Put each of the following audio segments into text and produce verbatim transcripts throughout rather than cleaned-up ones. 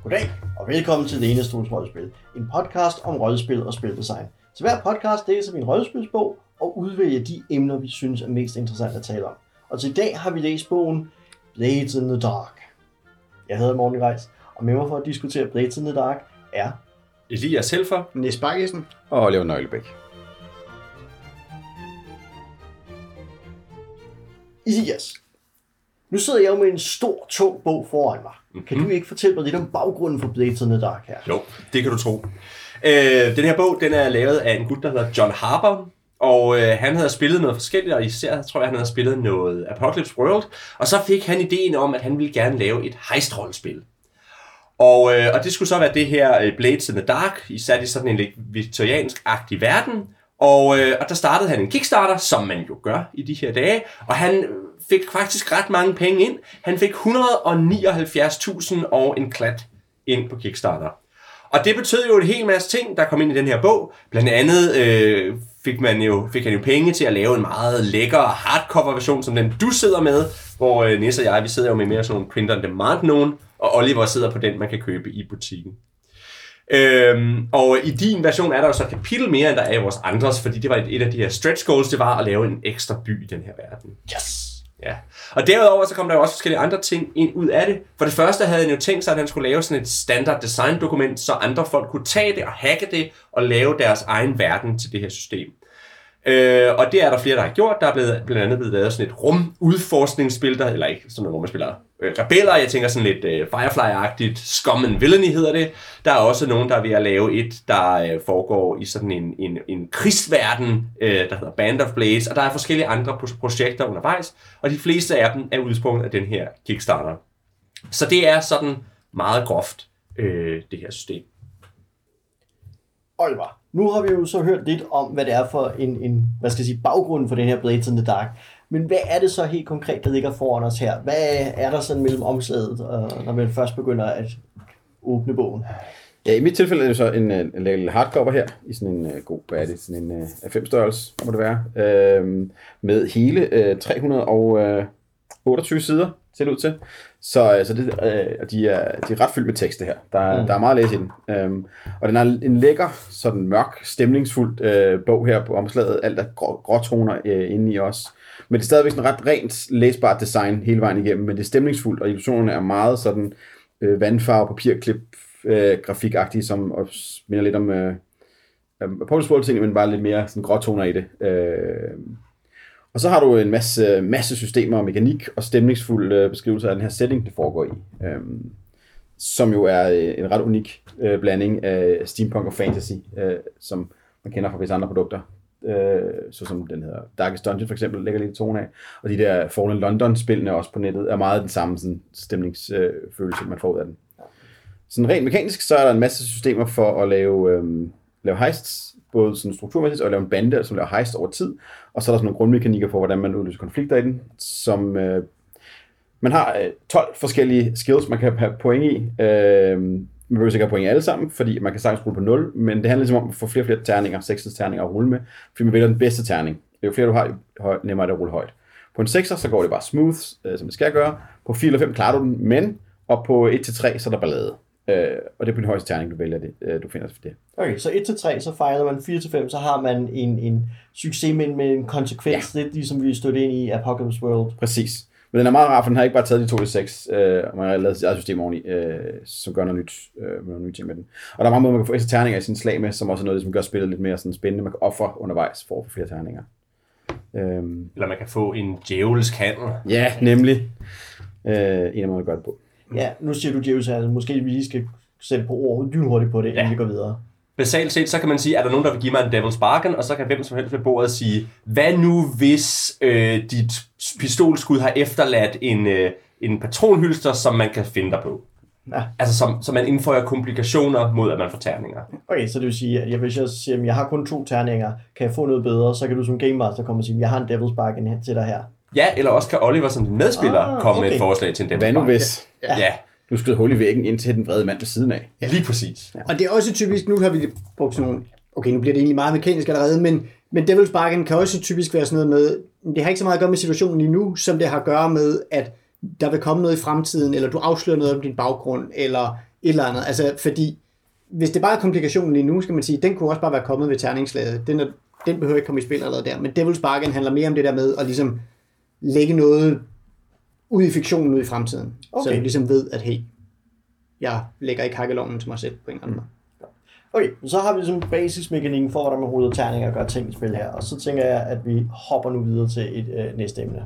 Goddag, og velkommen til Det Eneste Hos Rollespil, en podcast om rollespil og spildesign. Til hver podcast læser vi en rollespilsbog og udvælger de emner, vi synes er mest interessante at tale om. Og til i dag har vi læst bogen Blades in the Dark. Jeg hedder Morten Reis, og med mig for at diskutere Blades in the Dark er Elias Helfer, Nis Bakkesen og Oliver Nøglebæk. Elias. Nu sidder jeg jo med en stor, tung bog foran mig. Mm-hmm. Kan du ikke fortælle mig lidt om baggrunden for Blades in the Dark her? Jo, det kan du tro. Øh, den her bog, den er lavet af en gut, der hedder John Harper, og øh, han havde spillet noget forskelligt, og især tror jeg, han havde spillet noget Apocalypse World, og så fik han ideen om, at han ville gerne lave et heist-rollespil. Og, øh, og det skulle så være det her uh, Blades in the Dark, især i sådan en lidt viktoriansk-agtig verden, og, øh, og der startede han en Kickstarter, som man jo gør i de her dage, og han fik faktisk ret mange penge ind. Han fik et hundrede og nioghalvfjerds tusind og en klat ind på Kickstarter. Og det betød jo en hel masse ting, der kom ind i den her bog. Blandt andet øh, fik, man jo, fik han jo penge til at lave en meget lækker hardcover version, som den du sidder med, hvor øh, Nis og jeg, vi sidder jo med mere sådan nogle print on demand nogen, og Oliver sidder på den, man kan købe i butikken. Øhm, og i din version er der jo så et kapitel mere, end der er i vores andres, fordi det var et, et af de her stretch goals, det var at lave en ekstra by i den her verden. Yes! Ja. Og derudover så kom der jo også forskellige andre ting ind ud af det. For det første havde han jo tænkt sig, at han skulle lave sådan et standard design dokument, så andre folk kunne tage det og hacke det og lave deres egen verden til det her system. Øh, og det er der flere, der har gjort. Der er blevet, blandt andet blevet lavet sådan et rumudforskningsspil, der, eller ikke sådan noget, hvor man spiller øh, rebeller. Jeg tænker sådan lidt øh, Firefly-agtigt. Scum and Villainy hedder det. Der er også nogen, der er ved at lave et, der øh, foregår i sådan en, en, en krigsverden, øh, der hedder Band of Blades. Og der er forskellige andre projekter undervejs. Og de fleste af dem er udsprunget af den her Kickstarter. Så det er sådan meget groft, øh, det her system. Oliver, nu har vi jo så hørt lidt om, hvad det er for en, en hvad skal jeg sige, baggrunden for den her Blades in the Dark. Men hvad er det så helt konkret, der ligger foran os her? Hvad er der sådan mellem omslaget, når man først begynder at åbne bogen? Ja, i mit tilfælde er det så en, en lille hardcover her, i sådan en uh, god, hvad er det, sådan en uh, A fem størrelse, må det være, øh, med hele uh, tre hundrede og otteogtyve sider, ser det ud til. Så, så det, øh, de, er, de er ret fyldt med tekster her. Der, mm. der er meget at læse i den. Øhm, og den er en lækker, sådan mørk, stemningsfuld øh, bog her på omslaget. Alt er grå, gråtoner øh, inde i os. Men det er stadigvæk sådan ret rent læsbart design hele vejen igennem. Men det er stemningsfuldt, og illustrationerne er meget sådan øh, vandfarve, papirklip, øh, grafikagtige, som også minder lidt om øh, Apocalypse World ting, men bare lidt mere sådan gråtoner i det. Øh, Og så har du en masse, masse systemer og mekanik og stemningsfuld øh, beskrivelse af den her setting, det foregår i. Øhm, som jo er øh, en ret unik øh, blanding af steampunk og fantasy, øh, som man kender fra visse andre produkter. Øh, så som den hedder Darkest Dungeon for eksempel, lægger lidt tone af. Og de der Fallen London-spillene også på nettet er meget den samme sådan, stemningsfølelse, øh, man får ud af den. Sådan rent mekanisk, så er der en masse systemer for at lave, øh, lave heists, både sådan strukturmæssigt og lave en bande, som laver heist over tid. Og så er der sådan nogle grundmekanikker for, hvordan man udløser konflikter i den, som øh, man har øh, tolv forskellige skills, man kan have point i. Øh, man behøver sikkert have point i alle sammen, fordi man kan sagtens rulle på nul, men det handler ligesom om at få flere og flere terninger, seks terninger at rulle med, fordi man vælger den bedste terning. Jo flere du har, jo nemmere er det at rulle højt. På en sekser, så går det bare smooth, øh, som det skal gøre. På fire eller fem klarer du den, men og på et til tre, så er der ballade. Øh, og det er på den højeste terning, du vælger det, øh, du finder for det. Okay, så et til tre, så fejler man, fire til fem, så har man en, en succes med, med en konsekvens, ja. Lidt ligesom vi stod ind i Apocalypse World. Præcis. Men den er meget rar, for den har ikke bare taget de to til seks, øh, og man har lavet sit eget system oveni, øh, som gør noget nyt, øh, med nogle nye ting med den. Og der er mange måder, man kan få ekstra terninger i sin slag med, som også er noget, som gør spillet lidt mere sådan spændende. Man kan ofre undervejs for at få flere terninger. Øhm. Eller man kan få en djævelsk handel. Ja, nemlig. Øh, en af måder at gøre det på. Ja, nu siger du djævelsk handel. Måske vi lige skal sætte på ord lynhurtigt på det, inden ja. vi går videre. Basalt set, så kan man sige, er der nogen, der vil give mig en devil's bargain, og så kan hvem som helst ved bordet sige, hvad nu hvis øh, dit pistolskud har efterladt en, øh, en patronhylster, som man kan finde dig på? Ja. Altså, som, som man indføjer komplikationer mod, at man får terninger. Okay, så det vil sige, at jeg, hvis jeg siger, at jeg har kun to terninger, kan jeg få noget bedre, så kan du som Game Master komme og sige, at jeg har en devil's bargain til dig her. Ja, eller også kan Oliver som din medspiller ah, komme okay. med et forslag til en devil's bargain. Hvad nu hvis? Ja. ja. Du skød hul i væggen ind til den vrede mand ved siden af. Ja. Lige præcis. Ja. Og det er også typisk, nu har vi brugt sådan nogle, okay, nu bliver det egentlig meget mekanisk allerede, men, men Devil's Bargain kan også typisk være sådan noget med, det har ikke så meget at gøre med situationen lige nu, som det har at gøre med, at der vil komme noget i fremtiden, eller du afslører noget om din baggrund, eller eller andet. Altså, fordi hvis det bare er komplikationen lige nu, skal man sige, den kunne også bare være kommet ved terningslaget. Den, er, den behøver ikke komme i spil allerede der. Men Devil's Bargain handler mere om det der med at ligesom lægge noget ud i fiktionen ud i fremtiden. Okay. Så du ligesom ved, at hey, jeg lægger ikke hakkelovnen til mig selv på en eller anden måde. Okay, så har vi ligesom basismekanikken for, hvordan man ruller terninger og gør ting i spil her. Og så tænker jeg, at vi hopper nu videre til et øh, næste emne.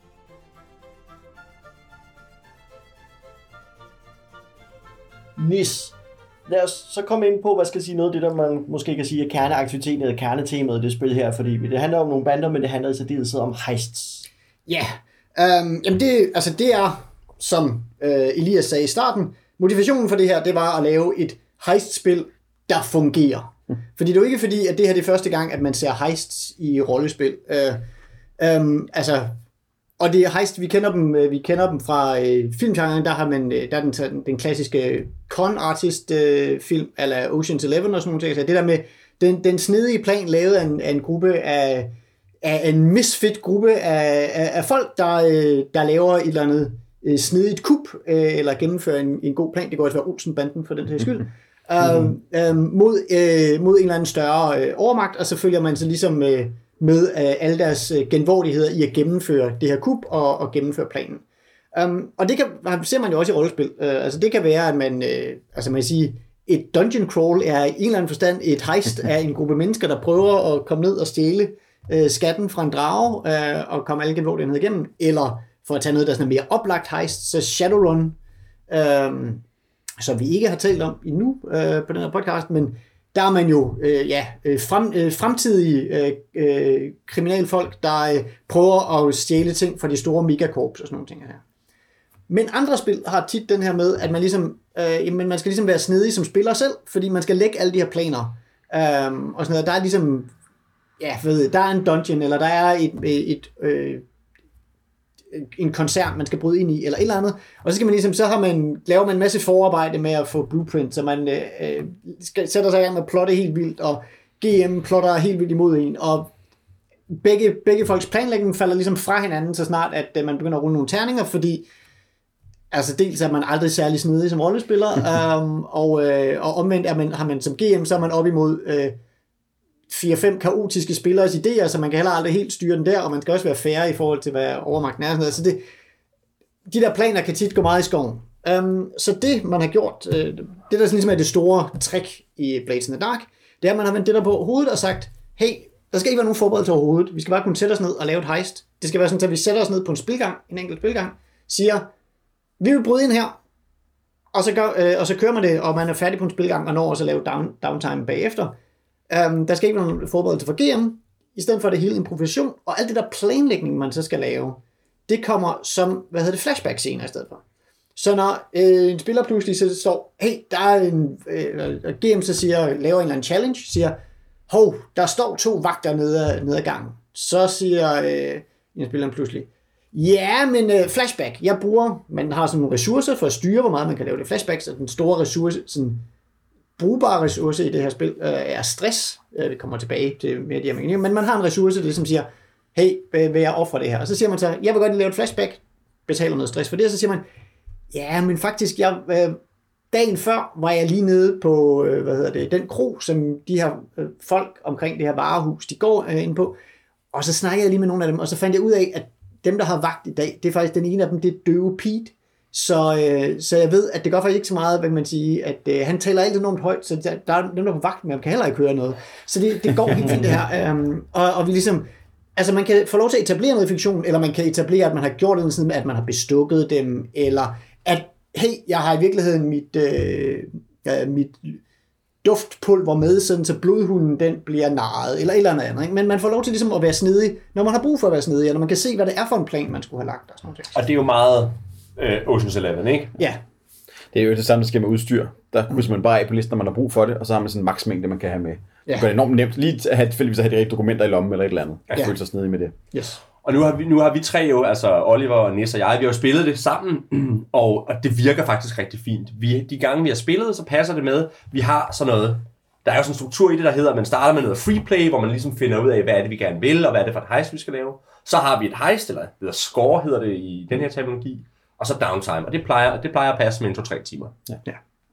Nis. Lad os så komme ind på, hvad skal jeg sige, noget af det, der man måske kan sige er kerneaktiviteten eller kernetemaet i det spil her, fordi det handler om nogle bander, men det handler i særdeleshed om heists. Ja, yeah. um, jamen det, altså det er, som uh, Elias sagde i starten, motivationen for det her, det var at lave et heist-spil, der fungerer. Mm. Fordi det er jo ikke fordi, at det her det er første gang, at man ser heists i rollespil. Uh, um, altså, og det er heist, vi kender dem, vi kender dem fra uh, filmgenren, der har man, der er den, den klassiske con artist uh, film, eller Ocean's Eleven og sådan nogle ting. Så det der med den, den snedige plan lavet af en, af en gruppe af, af en misfit gruppe af, af, af folk, der, der laver et eller andet uh, snedigt kup, uh, eller gennemfører en, en god plan. Det går også være Olsen-banden for den her skyld. Mm-hmm. Uh, uh, mod, uh, mod en eller anden større uh, overmagt, og så følger man så ligesom uh, med uh, alle deres uh, genvordigheder i at gennemføre det her kup og, og gennemføre planen. Um, og det kan, ser man jo også i rollespil. Uh, altså det kan være, at man, uh, altså man siger, et dungeon crawl er i en eller anden forstand et heist af en gruppe mennesker, der prøver at komme ned og stjæle uh, skatten fra en drage uh, og komme alle genvordigheder igennem, eller for at tage noget, der er sådan mere oplagt heist, så Shadowrun, uh, som vi ikke har talt om endnu øh, på den her podcast, men der er man jo øh, ja, frem, øh, fremtidige øh, øh, kriminalfolk, der øh, prøver at stjæle ting fra de store megakorps og sådan nogle ting her. Men andre spil har tit den her med, at man ligesom, øh, jamen man skal ligesom være snedig som spiller selv, fordi man skal lægge alle de her planer. Øh, og sådan noget. Der er ligesom, ja, ved, der er en dungeon, eller der er et, et, et øh, en koncern, man skal bryde ind i, eller et eller andet. Og så skal man ligesom, så har man, laver man en masse forarbejde med at få blueprint, så man øh, skal, sætter sig i gang med at plotte helt vildt, og G M plotter helt vildt imod en, og begge, begge folks planlægning falder ligesom fra hinanden, så snart at øh, man begynder at rulle nogle terninger, fordi altså dels er man aldrig særlig snedig som rollespiller, um, og, øh, og omvendt er man, har man som G M, så er man op imod øh, fire fem kaotiske spilleres idéer, så man kan heller aldrig helt styre den der, og man skal også være fair i forhold til, hvad overmagten er. Sådan noget. Så det, de der planer kan tit gå meget i skoven. Um, så det, man har gjort, øh, det der sådan ligesom er det store trick i Blades in the Dark, det er, at man har vendt det der på hovedet og sagt, hey, der skal ikke være nogen forberedelse overhovedet. Vi skal bare kunne sætte os ned og lave et heist. Det skal være sådan, at vi sætter os ned på en spilgang, en enkelt spilgang, siger, vi vil bryde ind her, og så, gør, øh, og så kører man det, og man er færdig på en spilgang, og når også at lave down, downtime bagefter. Um, der skal ikke være nogen forberedelse for G M, i stedet for det hele improvisation, og alt det der planlægning, man så skal lave, det kommer som, hvad hedder det, flashback-scener i stedet for. Så når øh, en spiller pludselig så står, hey, der er en, øh, G M så siger, laver en eller anden challenge, siger, hov, der står to vagter nede, nede ad gangen. Så siger øh, en spiller pludselig, ja, men øh, flashback, jeg bruger, man har sådan nogle ressourcer for at styre, hvor meget man kan lave det flashback, så den store ressource, sådan brugbare ressource i det her spil øh, er stress. Øh, vi kommer tilbage til mere af de her mekanismer, men man har en ressource, det som siger, hey, vil jeg ofre det her? Og så siger man så, jeg vil godt lave et flashback, betaler noget stress for det, og så siger man, ja, men faktisk, jeg, øh, dagen før var jeg lige nede på, øh, hvad hedder det, den kro, som de her øh, folk omkring det her varehus, de går øh, ind på, og så snakkede jeg lige med nogle af dem, og så fandt jeg ud af, at dem, der har vagt i dag, det er faktisk den ene af dem, det er Døve Pete. Så, øh, så jeg ved, at det gør faktisk ikke så meget, hvad man sige, at øh, han taler altid enormt højt, så der, der er dem, der er på vagt, men man kan heller ikke høre noget. Så det, det går helt fint det her. Um, og, og vi ligesom, altså man kan få lov til at etablere noget fiktion, eller man kan etablere, at man har gjort det sådan, at man har bestukket dem, eller at, hey, jeg har i virkeligheden mit, øh, øh, mit duftpulver med, sådan så blodhunden den bliver narret, eller et eller andet. Ikke? Men man får lov til ligesom at være snedig, når man har brug for at være snedig, og når man kan se, hvad det er for en plan, man skulle have lagt. Og, sådan noget. Og det er jo meget uh, Ocean's Eleven, ikke? Ja. Det er jo det samme, der sker med udstyr. Der krydser man bare af på listen, når man har brug for det, og så har man sådan en maksmængde, man kan have med. Ja. Det er enormt nemt lige at have, tilfældigvis at have de rigtige dokumenter i lommen eller et eller andet. Jeg ja. føler sig snedig med det. Yes. Og nu har, vi, nu har vi tre jo, altså Oliver og Nis og jeg, vi har jo spillet det sammen, og, og det virker faktisk rigtig fint. Vi, de gange vi har spillet, så passer det med, vi har sådan noget, der er jo sådan en struktur i det, der hedder, at man starter med noget freeplay, hvor man ligesom finder ud af, hvad er det, vi gerne vil, og hvad er det for et heist, vi skal lave. Så har vi et heist, eller, eller score hedder det i den her terminologi, og så downtime, og det plejer, det plejer at passe med en to-tre timer. Ja.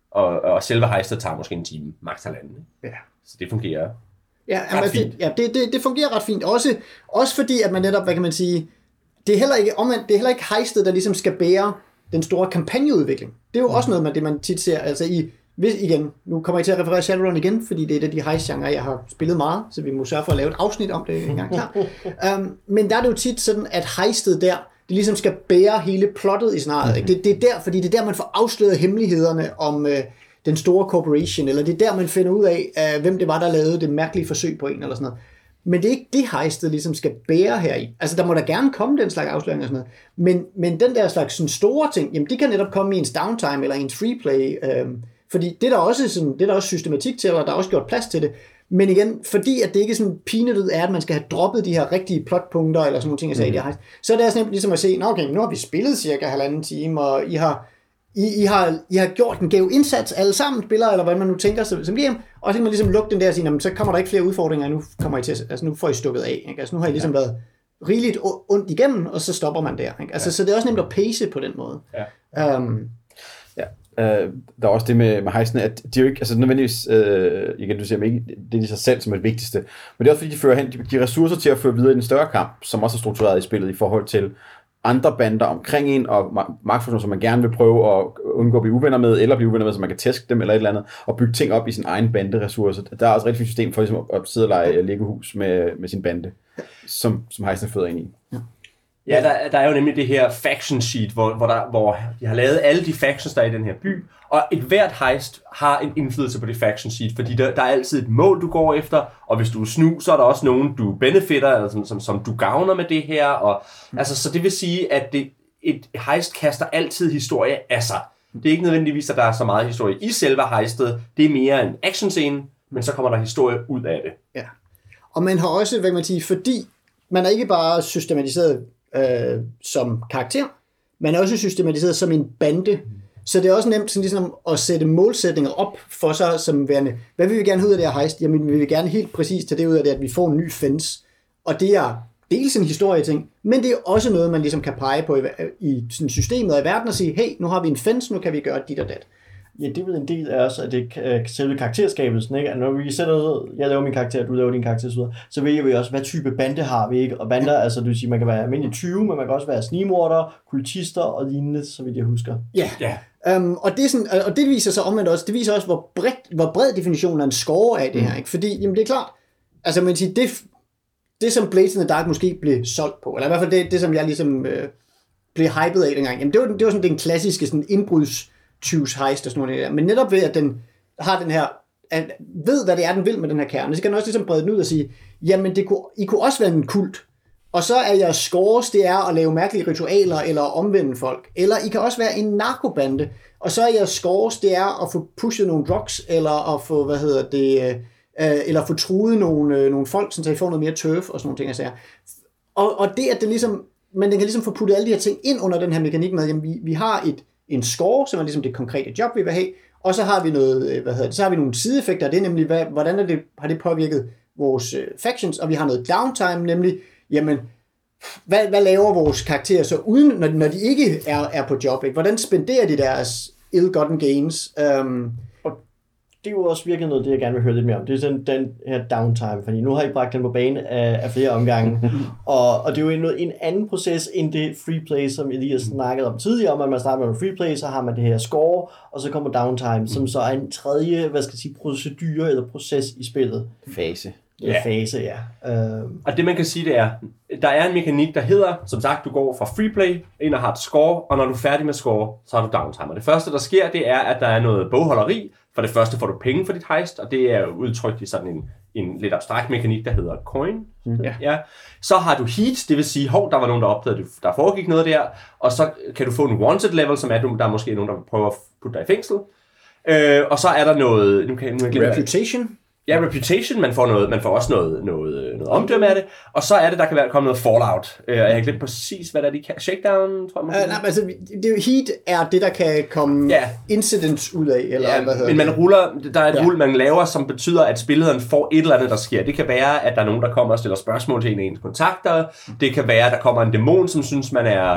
Og, og selve heistet tager måske en time, maks halvanden. Ja. Så det fungerer Ja, ret altså, fint. det, ja det, det, det fungerer ret fint. Også, også fordi, at man netop, hvad kan man sige, det er heller ikke, omvendt, det er heller ikke heistet, der ligesom skal bære den store kampagneudvikling. Det er jo mm. også noget med det, man tit ser. Altså i, hvis, igen, nu kommer jeg til at referere Shadowrun igen, fordi det er et af de heist-genre, jeg har spillet meget, så vi må sørge for at lave et afsnit om det en gang klar. um, men der er det jo tit sådan, at heistet der, det ligesom skal bære hele plottet i scenariet. Ikke? Det, det er der, fordi det er der, man får afsløret hemmelighederne om øh, den store corporation, eller det er der, man finder ud af, øh, hvem det var, der lavede det mærkelige forsøg på en, eller sådan noget. Men det er ikke det, heistet ligesom skal bære her i. Altså, der må da gerne komme den slags afsløringer og sådan noget. Men, men den der slags sådan store ting, jamen, det kan netop komme i ens downtime, eller ens freeplay, øh, fordi det er der også, sådan, det er der også systematik til, og der er også gjort plads til det. Men igen, fordi at det ikke sådan pinligt er, at man skal have droppet de her rigtige plotpunkter, eller sådan nogle ting, jeg sagde, mm. det så er det altså nemt ligesom at se, nå okay, nu har vi spillet cirka halvanden time, og I har, I, I har, I har gjort en gave indsats alle sammen, spillere, eller hvad man nu tænker som game, og så kan man ligesom lukke den der og sige, så kommer der ikke flere udfordringer, nu kommer I til, altså nu får I stukket af, ikke? Altså nu har I ligesom ja. været rigeligt ondt igennem, og så stopper man der, ikke? Altså ja. Så det er også nemt at pace på den måde. Ja. Um, ja. Uh, der er også det med, med heistene, at de jo ikke, altså nødvendigvis, uh, igen, du siger ikke, det er de sig selv som er det vigtigste, men det er også fordi, de fører hen, de, de ressourcer til at føre videre i den større kamp, som også er struktureret i spillet i forhold til andre bander omkring en, og magtfunktioner, som man gerne vil prøve at undgå at blive uvenner med, eller blive uvenner med, så man kan tæske dem, eller et eller andet, og bygge ting op i sin egen banderessourcer. Der er også et rigtig fint system for ligesom at sidde og lege Lego-hus med, med sin bande, som, som heistene føder ind i. Ja. Ja, der, der er jo nemlig det her faction sheet, hvor, hvor, der, hvor de har lavet alle de factions, der er i den her by, og et hvert heist har en indflydelse på det faction sheet, fordi der, der er altid et mål, du går efter, og hvis du er snu, så er der også nogen, du benefitter, eller som, som, som du gavner med det her, og, mm. altså, så det vil sige, at det, et heist kaster altid historie af sig. Det er ikke nødvendigvis, at der er så meget historie i selve heistet, det er mere en actionscene, men så kommer der historie ud af det. Ja, og man har også, hvad man siger, fordi man er ikke bare systematiseret Øh, som karakter, men også systematiseret som en bande. Så det er også nemt sådan ligesom at sætte målsætninger op for sig som værende, hvad vil vi gerne have ud af det her heist? Jamen vi vil gerne helt præcis tage det ud af det, at vi får en ny fence. Og det er dels en historieting, men det er også noget, man ligesom kan pege på i, i sådan systemet og i verden og sige, hey, nu har vi en fence, nu kan vi gøre dit og dat. Ja, det er vel en del af os, at det er selve karakterskabelsen, ikke? At når vi sætter, jeg laver min karakter, du laver din karakter, så, så ved vi også, hvad type bande har vi, ikke? Og bander, ja. Altså, du siger, man kan være almindelig tyve, men man kan også være snigmordere, kultister og lignende, så vidt jeg husker. Ja, ja. Um, og, det er sådan, og det viser så omvendt også, det viser også, hvor, bredt, hvor bred definitionen af en score af det her, ikke? Fordi, jamen det er klart, altså man siger, det, det som Blades in the Dark måske blev solgt på, eller i hvert fald det, det som jeg ligesom øh, blev hyped af dengang, jamen det var, det var sådan den klassiske sådan indbruds tyves heist og sådan noget der. Men netop ved, at den har den her, at ved, hvad det er, den vil med den her kerne, så kan den også ligesom brede den ud og sige, jamen, det kunne, I kunne også være en kult. Og så er jeres scores, det er at lave mærkelige ritualer, eller omvende folk. Eller I kan også være en narkobande. Og så er jeres scores, det er at få pushet nogle drugs, eller at få, hvad hedder det, øh, eller få truet nogle, øh, nogle folk, så I får noget mere turf, og sådan nogle ting, jeg siger. Og, og det, at det ligesom, men den kan ligesom få puttet alle de her ting ind under den her mekanik med, jamen, vi, vi har et en score, som er ligesom det konkrete job, vi vil have, og så har vi noget, hvad hedder det, så har vi nogle sideeffekter, det er nemlig, hvad, hvordan er det, har det påvirket vores uh, factions, og vi har noget downtime, nemlig, jamen, hvad, hvad laver vores karakterer så uden, når, når de ikke er, er på job, ikke? Hvordan spenderer de deres ill-gotten gains? Um, det er jo også virkelig noget, det jeg gerne vil høre lidt mere om. Det er sådan den her downtime, fordi nu har I bragt den på bane af, af flere omgange, og, og det er jo en, en anden proces end det free play, som Elias snakkede om tidligere, om at man starter med free play, så har man det her score, og så kommer downtime, som så er en tredje, hvad skal jeg sige, procedure eller proces i spillet. Fase. Ja, fase, ja. Uh... Og det man kan sige, det er, der er en mekanik, der hedder, som sagt, du går fra freeplay ind og har et score, og når du er færdig med score, så har du downtime. Og det første, der sker, det er, at der er noget bogholderi. For det første får du penge for dit heist, og det er udtrykt i sådan en, en lidt abstrakt mekanik, der hedder coin. Mm. Ja. Ja. Så har du heat, det vil sige, hov, der var nogen, der opdagede, der foregik noget der, og så kan du få en wanted level, som er, der er måske nogen, der vil prøve at putte dig i fængsel. Øh, og så er der noget... Nu kan, nu kan jeg reputation. Ja, reputation, man får, noget, man får også noget, noget, noget omdømme af det, og så er det, der kan være, komme noget fallout. Uh, jeg har glemt præcis, hvad der er, de kan. Shakedown, tror jeg. Uh, nej, altså, det, heat er det, der kan komme ja. incidents ud af, eller ja, hvad hedder men man det? ruller, der er et ja. rulle, man laver, som betyder, at spillederen får et eller andet, der sker. Det kan være, at der er nogen, der kommer og stiller spørgsmål til en af ens kontakter. Det kan være, at der kommer en dæmon, som synes, man er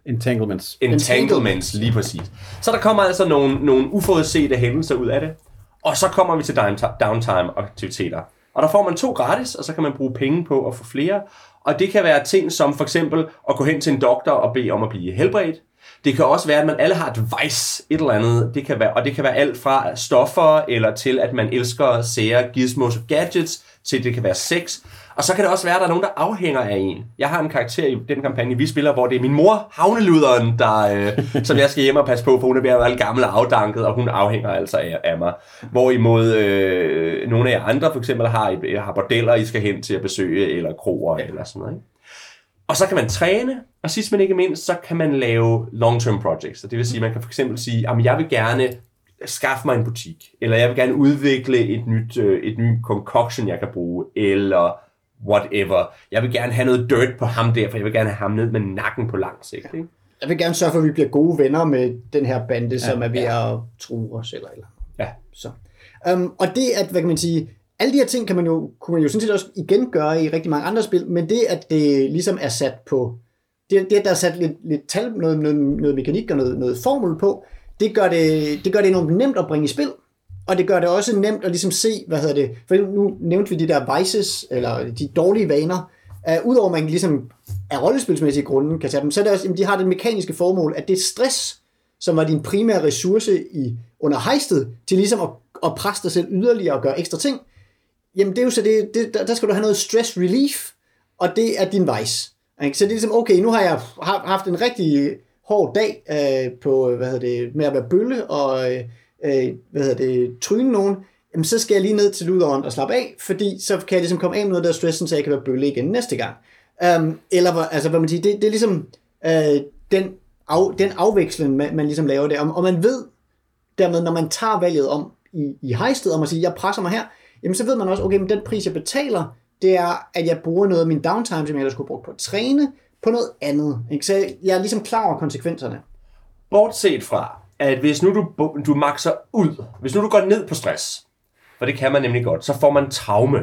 Entanglements. Entanglements, lige præcis. Så der kommer altså nogle, nogle uforudsete hændelser ud af det. Og så kommer vi til downtime-aktiviteter. Og der får man to gratis, og så kan man bruge penge på at få flere. Og det kan være ting som for eksempel at gå hen til en doktor og bede om at blive helbredt. Det kan også være, at man alle har et vice, et eller andet. Det kan være, og det kan være alt fra stoffer, eller til at man elsker sære gizmos og gadgets, til det kan være sex. Og så kan det også være, at der er nogen, der afhænger af en. Jeg har en karakter i den kampagne, vi spiller, hvor det er min mor, havneluderen, der, øh, som jeg skal hjem og passe på, for hun er ved at være gammel og afdanket, og hun afhænger altså af, af mig. Hvorimod øh, nogle af jer andre for eksempel har, et, har bordeller, I skal hen til at besøge, eller kroer, eller sådan noget. Ikke? Og så kan man træne, og sidst men ikke mindst, så kan man lave long-term projects. Det vil sige, at man kan for eksempel sige, at jeg vil gerne skaffe mig en butik, eller jeg vil gerne udvikle et nyt, et nyt concoction, jeg kan bruge, eller whatever. Jeg vil gerne have noget dirt på ham der, for jeg vil gerne have ham ned med nakken på lang sigt. Ikke? Jeg vil gerne sørge for, at vi bliver gode venner med den her bande, ja, som er ved ja. at true os, eller eller. Ja. Så. Um, og det at, hvad kan man sige, alle de her ting kan man jo, kunne man jo sådan set også igen gøre i rigtig mange andre spil, men det at det ligesom er sat på, det, det at der er sat lidt, lidt tal, noget, noget, noget mekanik og noget, noget formel på, det gør det, det gør det enormt nemt at bringe i spil, og det gør det også nemt at ligesom se, hvad hedder det, for nu nævnte vi de der vices, eller de dårlige vaner, uh, udover at man ligesom af rollespilsmæssige grunde kan tage dem, så er det også, jamen, de har det mekaniske formål, at det er stress, som var din primære ressource i, under hejstet, til ligesom at, at presse dig selv yderligere og gøre ekstra ting. Jamen det er jo så det, det der, der skal du have noget stress relief, og det er din vice. Ikke? Så det er ligesom, okay, nu har jeg haft en rigtig hård dag øh, på, hvad hedder det, med at være bølle og øh, hvad hedder det, tryne nogen. Jamen så skal jeg lige ned til luderen og slappe af, fordi så kan jeg ligesom komme af med noget af stressen, så jeg kan være bølle igen næste gang. Um, eller altså hvad man siger, det, det er ligesom øh, den, af, den afveksling, man, man ligesom laver det, og, og man ved dermed, når man tager valget om i, i hejsted, om at sige, jeg presser mig her, jamen så ved man også, okay, men den pris, jeg betaler, det er, at jeg bruger noget af min downtime, som jeg ellers skulle bruge på at træne, på noget andet. Ikke? Så jeg er ligesom klar over konsekvenserne. Bortset fra, at hvis nu du, du makser ud, hvis nu du går ned på stress, for det kan man nemlig godt, så får man traume.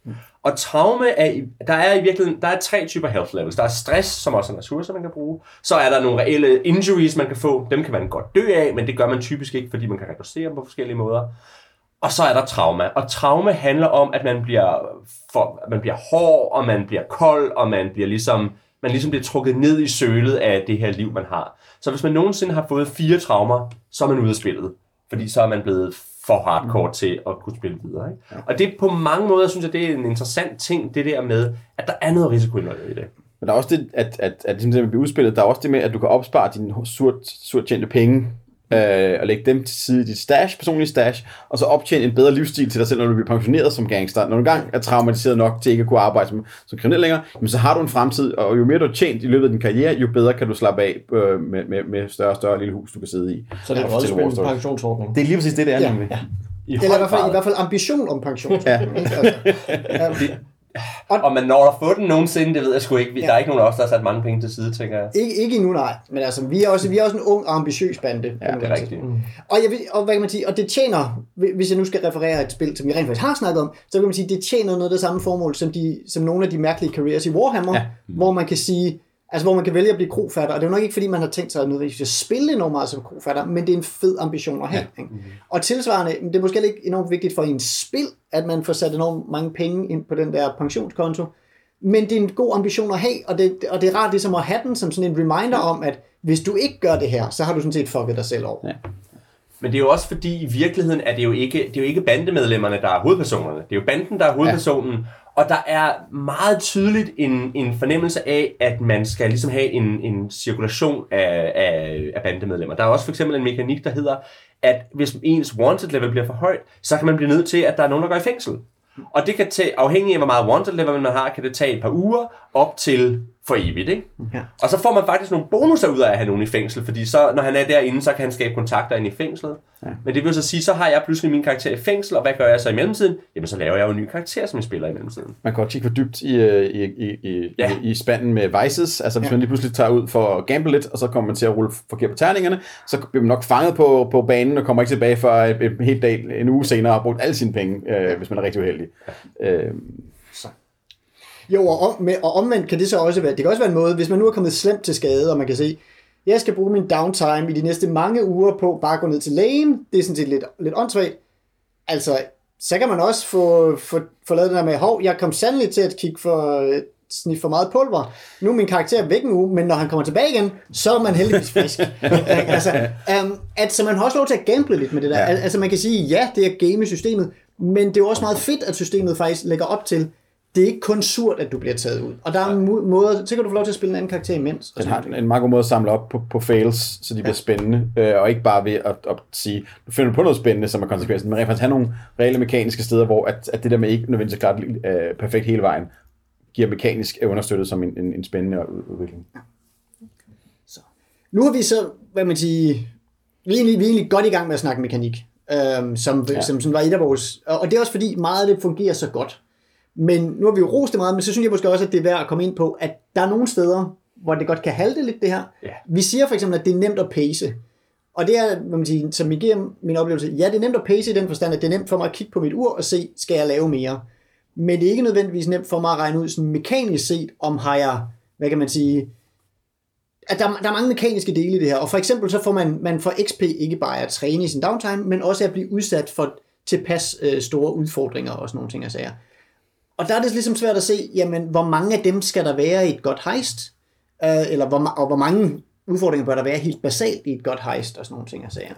Og traume er, der er i virkeligheden, der er tre typer health levels. Der er stress, som også er ressourcer, man kan bruge. Så er der nogle reelle injuries, man kan få. Dem kan man godt dø af, men det gør man typisk ikke, fordi man kan reducere dem på forskellige måder. Og så er der trauma. Og trauma handler om, at man bliver, for, man bliver hård, og man bliver kold, og man bliver ligesom, man ligesom bliver trukket ned i sølet af det her liv, man har. Så hvis man nogensinde har fået fire traumer, så er man ude af spillet. Fordi så er man blevet for hardcore til at kunne spille videre. Ikke? Ja. Og det på mange måder, synes jeg, det er en interessant ting, det der med, at der er noget risiko i det. Men der er også det, at, at, at ligesom det bliver udspillet, der er også det med, at du kan opspare dine surt, surt tjente penge, øh, og lægge dem til side i dit stash, personlige stash, og så optjene en bedre livsstil til dig selv, når du bliver pensioneret som gangster. Når du engang er traumatiseret nok til ikke at kunne arbejde som, som kriminel længere, men så har du en fremtid, og jo mere du har tjent i løbet af din karriere, jo bedre kan du slappe af øh, med, med, med større og større lille hus, du kan sidde i. Så det er også en pensionsordning. Det er lige præcis det, det er ja. nemlig. Ja. I Eller i hvert, fald, i hvert fald ambition om pensionsordning. Ja. Altså, um, Og, og man når at få den nogensinde, det ved jeg sgu ikke. Der er ikke nogen af os, der har sat mange penge til side, tænker jeg. Ikke, ikke endnu, nej. Men altså, vi er også, vi er også en ung og ambitiøs bande. Ja, det er rigtigt. Mm. Og, jeg vil, og hvad kan man sige, og det tjener, hvis jeg nu skal referere et spil, som vi rent faktisk har snakket om, så kan man sige, det tjener noget af det samme formål, som, de, som nogle af de mærkelige careers i Warhammer, ja. mm. hvor man kan sige, altså hvor man kan vælge at blive krofatter, og det er jo nok ikke, fordi man har tænkt sig at nødvendigvis at spille enormt meget som krofatter, men det er en fed ambition at have. Ja. Mm-hmm. Og tilsvarende, det er måske ikke enormt vigtigt for en spil, at man får sat enormt mange penge ind på den der pensionskonto, men det er en god ambition at have, og det, og det er rart ligesom at have den som sådan en reminder om, at hvis du ikke gør det her, så har du sådan set fucket dig selv over. Ja. Men det er jo også fordi, i virkeligheden er det jo ikke, det er jo ikke bandemedlemmerne, der er hovedpersonerne. Det er jo banden, der er hovedpersonen. Ja. Og der er meget tydeligt en, en fornemmelse af, at man skal ligesom have en, en cirkulation af, af, af bandemedlemmer. Der er også for eksempel en mekanik, der hedder, at hvis ens wanted level bliver for højt, så kan man blive nødt til, at der er nogen, der går i fængsel. Og det kan tage, afhængig af hvor meget wanted level man har, kan det tage et par uger op til for evigt, ikke? Ja. Og så får man faktisk nogle bonusser ud af at have nogen i fængsel, fordi så, når han er derinde, så kan han skabe kontakter ind i fængslet. Ja. Men det vil så sige, så har jeg pludselig min karakter i fængsel, og hvad gør jeg så i mellemtiden? Jamen, så laver jeg jo en ny karakter, som jeg spiller i mellemtiden. Man kan godt kigge for dybt i, i, i, i, ja. i, i spanden med vices, altså hvis ja. man lige pludselig tager ud for at gamble lidt, og så kommer man til at rulle forkert på terningerne, så bliver man nok fanget på, på banen, og kommer ikke tilbage for et, et helt dag, en uge senere, og har brugt alle sine penge, øh, hvis man er rigtig uheldig. Ja. Øh, så. Jo, og, om, med, og omvendt kan det så også være, det kan også være en måde, hvis man nu er kommet slemt til skade, og man kan se, jeg skal bruge min downtime i de næste mange uger på bare at gå ned til lægen. Det er sådan set lidt, lidt åndssvagt. Altså, så kan man også få, få, få lavet den der med, hov, jeg kom sandelig til at kigge for snit for meget pulver. Nu er min karakter væk en uge, men når han kommer tilbage igen, så er man heldigvis frisk. altså, um, at, så man har også lov til at gamble lidt med det der. Ja. Altså, man kan sige, ja, det er game i systemet, men det er også meget fedt, at systemet faktisk lægger op til, det er ikke kun surt, at du bliver taget ud. Og der er en måde, så kan du få lov til at spille en anden karakter imens. Den har en meget god måde at samle op på, på fails, så de bliver ja. spændende, øh, og ikke bare ved at, at sige, du finder på noget spændende, som er konsekvensen, men faktisk have nogle reelle mekaniske steder, hvor at, at det der med ikke nødvendigvis klart øh, perfekt hele vejen, giver mekanisk understøttet som en, en, en spændende udvikling. Ja. Så. Nu har vi så, hvad man siger, vi er egentlig, vi er egentlig godt i gang med at snakke mekanik, øh, som, ja. som, som var et af vores, og det er også fordi meget af det fungerer så godt. Men nu har vi jo rost det meget, men så synes jeg måske også, at det er værd at komme ind på, at der er nogle steder, hvor det godt kan halte lidt det her. Yeah. Vi siger for eksempel, at det er nemt at pace. Og det er, hvad man siger, som I giver min oplevelse, ja, det er nemt at pace i den forstand, at det er nemt for mig at kigge på mit ur og se, skal jeg lave mere. Men det er ikke nødvendigvis nemt for mig at regne ud sådan mekanisk set, om har jeg, hvad kan man sige, at der, der er mange mekaniske dele i det her. Og for eksempel så får man, man får X P ikke bare at træne i sin downtime, men også at blive udsat for tilpas øh, store udfordringer og sådan nogle ting og sager. Og der er det ligesom svært at se, jamen, hvor mange af dem skal der være i et godt heist, øh, eller hvor, og hvor mange udfordringer bør der være helt basalt i et godt heist, og sådan nogle ting og sager.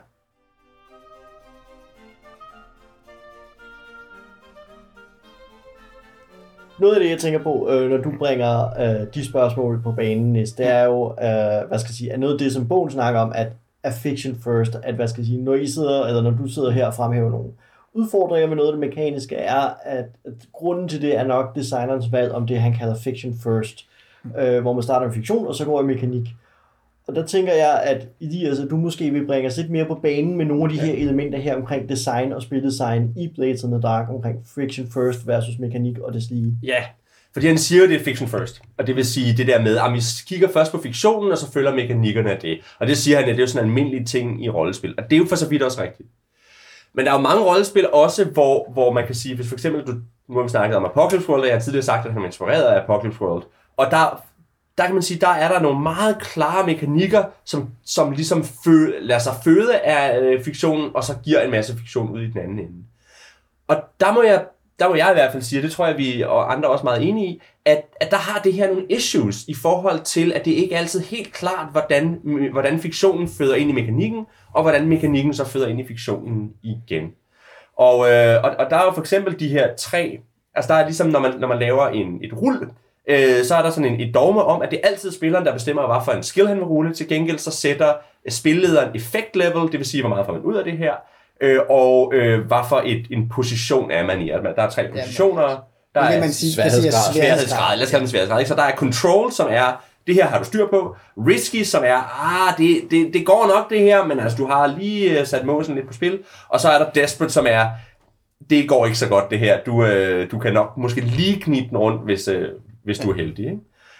Noget af det, jeg tænker på, øh, når du bringer øh, de spørgsmål på banen, Nis, det er jo, øh, hvad skal jeg sige, er noget af det, som bogen snakker om, at, at fiction first, at hvad skal jeg sige, når I sidder, eller når du sidder her og fremhæver nogle udfordringer med noget af det mekaniske, er, at, at grunden til det er nok designerens valg om det, han kalder fiction first, øh, hvor man starter med fiktion, og så går i mekanik. Og der tænker jeg, at Elias, at du måske vil bringe os lidt mere på banen med nogle af de her elementer her omkring design og spildesign i Blades in the Dark, omkring fiction first versus mekanik og det lige. Ja, fordi han siger, at det er fiction first. Og det vil sige det der med, at vi kigger først på fiktionen, og så følger mekanikkerne af det. Og det siger han, at det er jo sådan en almindelig ting i rollespil. Og det er jo for så vidt også rigtigt. Men der er jo mange rollespil også, hvor, hvor man kan sige, hvis for eksempel, du, nu har vi snakket om Apocalypse World, og jeg har tidligere sagt, at han er inspireret af Apocalypse World. Og der, der kan man sige, der er der nogle meget klare mekanikker, som, som ligesom fø, lader sig føde af øh, fiktionen, og så giver en masse fiktion ud i den anden ende. Og der må jeg, der må jeg i hvert fald sige, og det tror jeg, vi og andre er også meget enige i, at, at der har det her nogle issues i forhold til, at det ikke altid helt klart, hvordan, hvordan fiktionen føder ind i mekanikken, og hvordan mekanikken så føder ind i fiktionen igen. Og, øh, og, og der er jo for eksempel de her tre, altså der er ligesom, når man, når man laver en, et rul, øh, så er der sådan en, et dogme om, at det er altid spilleren, der bestemmer, hvad for en skill han vil rulle. Til gengæld så sætter spillederen effect level, det vil sige, hvor meget får man ud af det her, øh, og øh, hvad for et, en position er man i. Der er tre positioner. Der er man sige, sværhedsgrad. Sværhedsgrad. Lad os kalde den sværhedsgrad. Så der er control, som er, det her har du styr på. Risky, som er, ah, det, det, det går nok det her, men altså, du har lige sat mosen lidt på spil. Og så er der desperate, som er, det går ikke så godt det her. Du, øh, du kan nok måske lige knibe den rundt, hvis, øh, hvis du er heldig. Ikke?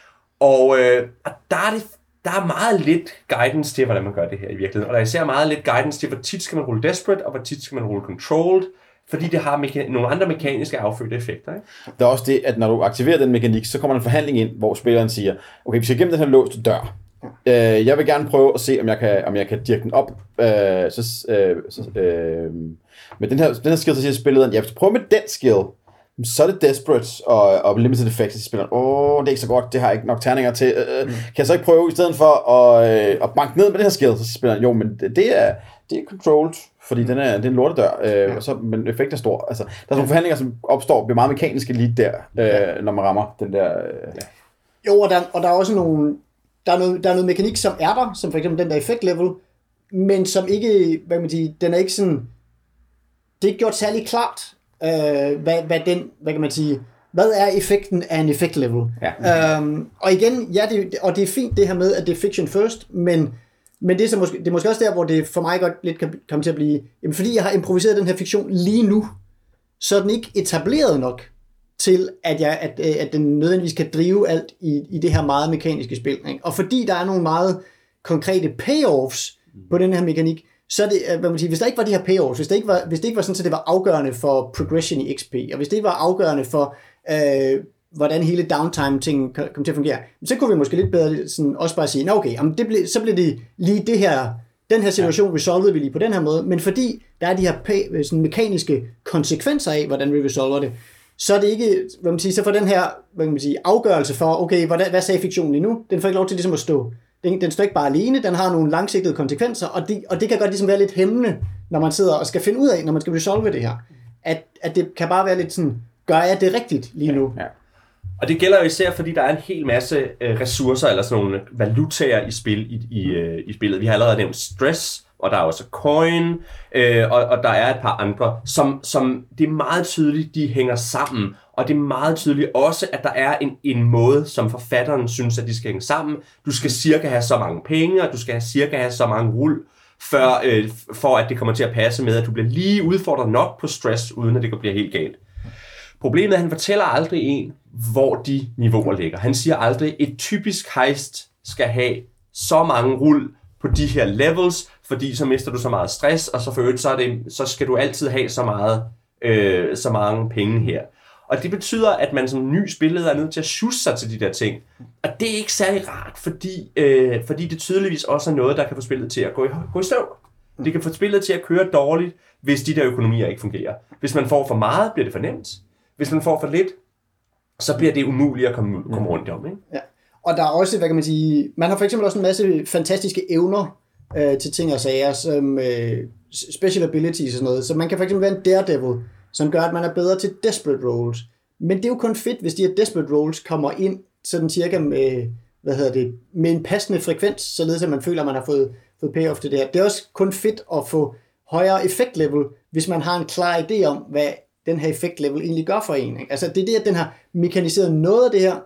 Og, øh, og der, er det, der er meget lidt guidance til, hvordan man gør det her i virkeligheden. Og der er især meget lidt guidance til, hvor tit skal man rulle desperate, og hvor tit skal man rulle controlled. Fordi det har meka- nogle andre mekaniske affødte effekter. Ikke? Der er også det, at når du aktiverer den mekanik, så kommer der en forhandling ind, hvor spilleren siger, okay, vi skal gennem den her låste dør. Ja. Øh, jeg vil gerne prøve at se, om jeg kan, om jeg kan dirke den op. Øh, så, øh, så, øh, med den her, den her skill, så siger spilleren, ja, hvis du prøver med den skill, så er det desperate og, og limited effects, så spilleren, åh, det er ikke så godt, det har jeg ikke nok terninger til. Øh, mm. Kan jeg så ikke prøve, i stedet for at, øh, at banke ned med den her skill, så siger spilleren, jo, men det, det er, det er controlled. Fordi den er, det er en lortedør, øh, ja. Og så, men effekten er stor. Altså, der er sådan nogle forhandlinger, som opstår, bliver meget mekaniske lige der, øh, ja. Når man rammer den der... Øh, ja. Jo, og der, og der er også nogle... Der er, noget, der er noget mekanik, som er der, som for eksempel den der effekt level, men som ikke, hvad man siger, den er ikke sådan... Det er ikke gjort særlig klart, øh, hvad, hvad den, hvad kan man sige... Hvad er effekten af en effekt level? Ja. Øhm, og igen, ja, det, og det er fint det her med, at det er fiction first, men... Men det er, så måske, det er måske også der, hvor det for mig godt lidt kan komme til at blive... Jamen, fordi jeg har improviseret den her fiktion lige nu, så er den ikke etableret nok til, at, jeg, at, at den nødvendigvis kan drive alt i, i det her meget mekaniske spil. Ikke? Og fordi der er nogle meget konkrete payoffs på den her mekanik, så er det, hvad man siger, hvis der ikke var de her payoffs, hvis det ikke var, hvis det ikke var sådan, at det var afgørende for progression i X P, og hvis det ikke var afgørende for, øh, hvordan hele downtime-ting kom til at fungere. Men så kunne vi måske lidt bedre sådan, også bare sige, nå okay, jamen det ble, så blev det lige det her, den her situation, ja. resolvede vi lige på den her måde, men fordi der er de her sådan, mekaniske konsekvenser af, hvordan vi resolver det, så er det ikke, hvad man siger, så får den her hvad man siger, afgørelse for, okay, hvad, hvad sagde fiktionen lige nu? Den får ikke lov til ligesom at stå. Den, den står ikke bare alene, den har nogle langsigtede konsekvenser, og det, og det kan godt ligesom være lidt hæmmende, når man sidder og skal finde ud af, når man skal resolve det her. At, at det kan bare være lidt sådan, gør jeg det rigtigt lige nu? Ja. Og det gælder jo især, fordi der er en hel masse øh, ressourcer, eller sådan nogle valutaer i spil i, i, øh, i spillet. Vi har allerede nævnt stress, og der er også coin, øh, og, og der er et par andre, som, som det er meget tydeligt, de hænger sammen. Og det er meget tydeligt også, at der er en, en måde, som forfatteren synes, at de skal hænge sammen. Du skal cirka have så mange penge, og du skal cirka have så mange rul, før, øh, for at det kommer til at passe med, at du bliver lige udfordret nok på stress, uden at det bliver helt galt. Problemet er, at han fortæller aldrig en, hvor de niveauer ligger. Han siger aldrig, et typisk heist skal have så mange rul på de her levels, fordi så mister du så meget stress, og så for øvrigt, så, er det, så skal du altid have så, meget, øh, så mange penge her. Og det betyder, at man som ny spilleder er nødt til at sjusse sig til de der ting. Og det er ikke særlig rart, fordi, øh, fordi det tydeligvis også er noget, der kan få spillet til at gå i, gå i stå. Det kan få spillet til at køre dårligt, hvis de der økonomier ikke fungerer. Hvis man får for meget, bliver det for nemt. Hvis man får for lidt, så bliver det umuligt at komme, komme rundt om. Ikke? Ja. Og der er også, hvad kan man sige, man har for eksempel også en masse fantastiske evner øh, til ting og sager, som øh, special abilities og sådan noget. Så man kan for eksempel være en daredevil, som gør, at man er bedre til desperate roles. Men det er jo kun fedt, hvis de her desperate roles kommer ind sådan cirka med, hvad hedder det, med en passende frekvens, således at man føler, at man har fået, fået payoff til det her. Det er også kun fedt at få højere effektlevel, hvis man har en klar idé om, hvad den her effektlevel egentlig gør for en. Ikke? Altså det er det, at den har mekaniseret noget af det her,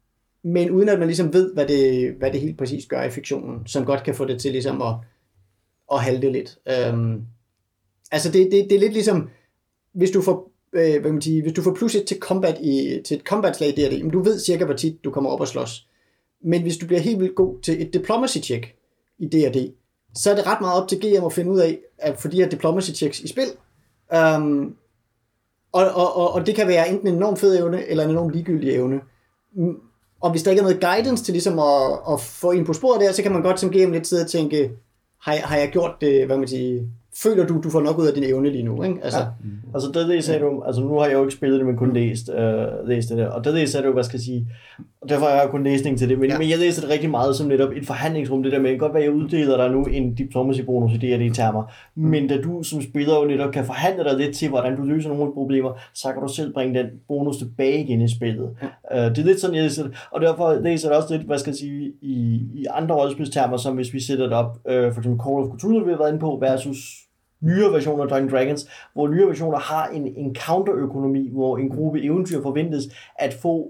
men uden at man ligesom ved, hvad det, hvad det helt præcis gør i fiktionen, som godt kan få det til ligesom at, at halte lidt. Um, altså det, det, det er lidt ligesom, hvis du får, øh, hvad kan man sige, hvis du får plus et til, combat i, til et combat-slag i D og D, men du ved cirka, hvor tit du kommer op og slås. Men hvis du bliver helt vildt god til et diplomacy-check i D og D, så er det ret meget op til G M at finde ud af, at få de her diplomacy-checks i spil. Um, og, og, og, og det kan være enten en enormt fed evne, eller en enormt ligegyldig evne. Og hvis der ikke er noget guidance til ligesom at, at få en på sporet der, så kan man godt som G M lidt sidde og tænke, har, har jeg gjort det, hvad man siger, føler du, du får nok ud af din evne lige nu, ikke? Altså, ja. Altså det, det sagde du, altså nu har jeg jo ikke spillet det, men kun læst, øh, læst det der, og det, det sagde du, hvad skal jeg sige, og derfor har jeg kun læsning til det, men, ja. men jeg læser det rigtig meget som netop et forhandlingsrum, det der med, godt være, jeg uddeler dig nu en diplomacy bonus i D og D-termer, mm. men da du som spiller jo netop kan forhandle dig lidt til, hvordan du løser nogle problemer, så kan du selv bringe den bonus tilbage igen i spillet. Ja. Uh, det er lidt sådan, jeg læser det, og derfor læser jeg også lidt, hvad skal jeg sige, i, i andre rollespilstermer, som hvis vi sætter det op, uh, for eksempel Call of Cthulhu, vi har været inde på, versus nyere versioner af Dungeons and Dragons, hvor nyere versioner har en, en counter-økonomi, hvor en gruppe eventyr forventes at få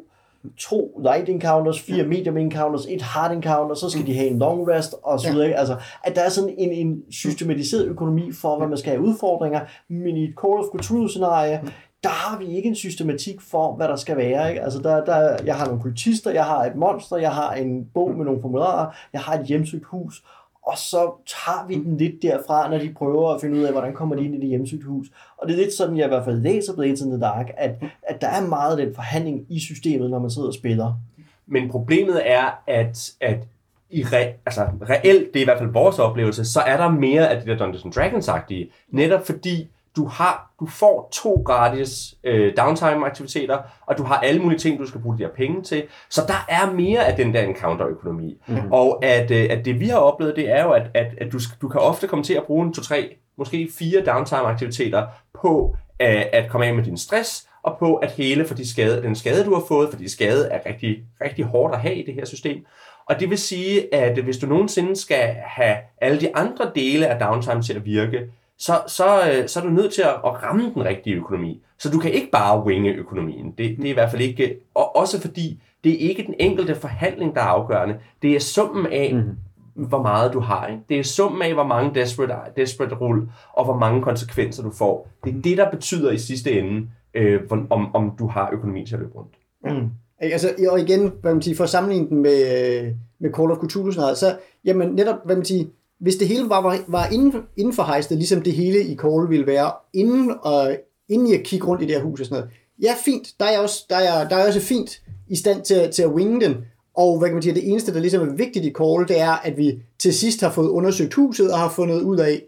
to light encounters, fire medium encounters, et hard encounter, så skal de have en long rest, og så videre. Ja. Altså, at der er sådan en, en systematiseret økonomi for, hvad man skal have udfordringer, men i et Call of Cthulhu-scenarie, der har vi ikke en systematik for, hvad der skal være. Ikke? Altså, der, der, jeg har nogle kultister, jeg har et monster, jeg har en bog med nogle formularer, jeg har et hjemsøgt hus, og så tager vi den lidt derfra, når de prøver at finde ud af, hvordan kommer de ind i det hjemsøgte hus. Og det er lidt sådan, jeg i hvert fald læser Blades in the Dark, at, at der er meget den forhandling i systemet, når man sidder og spiller. Men problemet er, at, at i re, altså, reelt, det er i hvert fald vores oplevelse, så er der mere af det der Dungeons and Dragons-agtige. Netop fordi du, har, du får to gratis øh, downtime-aktiviteter, og du har alle mulige ting, du skal bruge de her penge til. Så der er mere af den der encounter-økonomi. Mm-hmm. Og at, øh, at det vi har oplevet, det er jo, at, at, at du, du kan ofte komme til at bruge en, to, tre, måske fire downtime-aktiviteter på øh, at komme af med din stress, og på at hele for de skade, den skade, du har fået, fordi skade er rigtig, rigtig hårdt at have i det her system. Og det vil sige, at hvis du nogensinde skal have alle de andre dele af downtime til at virke, så, så, så er du nødt til at, at ramme den rigtige økonomi. Så du kan ikke bare winge økonomien. Det, det er i hvert fald ikke... Og også fordi, det er ikke den enkelte forhandling, der er afgørende. Det er summen af, mm. hvor meget du har. Ikke? Det er summen af, hvor mange desperate, desperate rull, og hvor mange konsekvenser du får. Det er det, der betyder i sidste ende, øh, om, om du har økonomi til at løbe rundt. Mm. Altså, og igen, hvad man siger, for at sammenligne den med, med Call of Cthulhu, så jamen, netop, hvad man siger, hvis det hele var, var, var inden, inden for hejstet, ligesom det hele i Call ville være, inden, og, inden jeg kigger rundt i det her hus og sådan noget, ja, fint. Der er jeg også, der er, der er også fint i stand til, til at winge den. Og hvad kan man sige, det eneste, der ligesom er vigtigt i Call, det er, at vi til sidst har fået undersøgt huset og har fundet ud af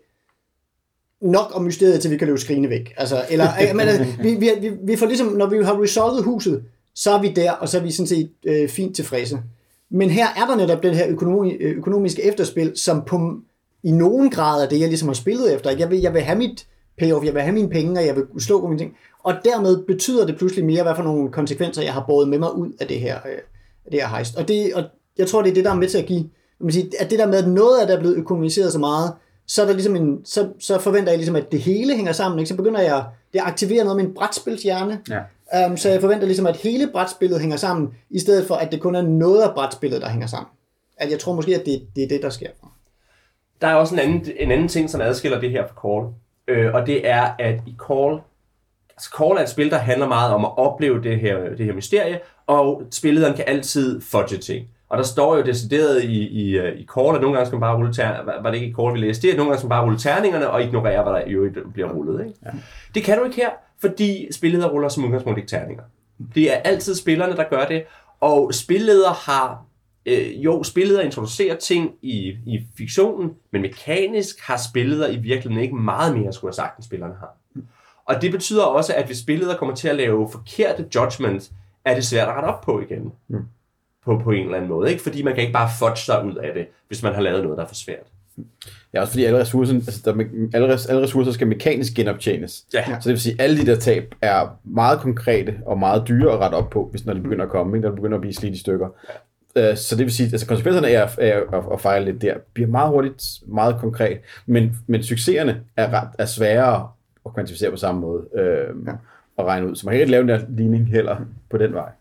nok om mysteriet, til vi kan løbe skrigende væk. Altså, eller, men, vi, vi, vi, vi får ligesom, når vi har resolvet huset, så er vi der, og så er vi sådan set øh, fint tilfredse. Men her er der netop den her økonomi, økonomiske efterspil, som på, i nogen grad er det, jeg ligesom har spillet efter. Jeg vil, jeg vil have mit payoff, jeg vil have mine penge, og jeg vil slå på mine ting. Og dermed betyder det pludselig mere, hvad for nogle konsekvenser, jeg har båret med mig ud af det her, øh, det her heist. Og, det, og jeg tror, det er det, der er med til at give, man sige, at det der med, at noget af det er blevet økonomiseret så meget, så, er der ligesom en, så, så forventer jeg ligesom, at det hele hænger sammen. Ikke? Så begynder jeg det aktiverer noget med en brætspilshjerne. Ja. Um, så jeg forventer ligesom, at hele brætspillet hænger sammen, i stedet for, at det kun er noget af brætspillet, der hænger sammen. At jeg tror måske, at det, det er det, der sker. Der er også en anden, en anden ting, som adskiller det her fra Call. Øh, og det er, at i Call, altså Call er et spil, der handler meget om at opleve det her, det her mysterie, og spillederen kan altid fudge ting. Og der står jo decideret i, i, i Call, at nogle gange skal man bare rulle terningerne, var det ikke i Call, vi læste det, at nogle gange skal man bare rulle terningerne og ignorere, hvad der i øvrigt bliver rullet. Ikke? Ja. Det kan du ikke her, fordi spilleder ruller som udgangspunkt ikke terninger. Det er altid spillerne, der gør det, og spilleder har, øh, jo, spilleder introducerer ting i, i fiktionen, men mekanisk har spilleder i virkeligheden ikke meget mere, skulle have sagt, end spillerne har. Og det betyder også, at hvis spilleder kommer til at lave forkerte judgments, er det svært at rette op på igen. Mm. På, på en eller anden måde, ikke? Fordi man kan ikke bare fudge sig ud af det, hvis man har lavet noget, der er for svært. Ja, også fordi alle ressourcer, altså der, alle, alle ressourcer skal mekanisk genoptjenes. Ja. Så det vil sige, at alle de der tab er meget konkrete og meget dyre at rette op på, hvis når de begynder at komme, ikke? Når de begynder at blive slidt i stykker. Ja. Så det vil sige, at altså, konsekvenserne af at, af at fejle lidt der, bliver meget hurtigt, meget konkret, men, men succeserne er, ret, er sværere at kvantificere på samme måde øh, ja. og regne ud. Så man kan ikke lave den der ligning heller på den vej.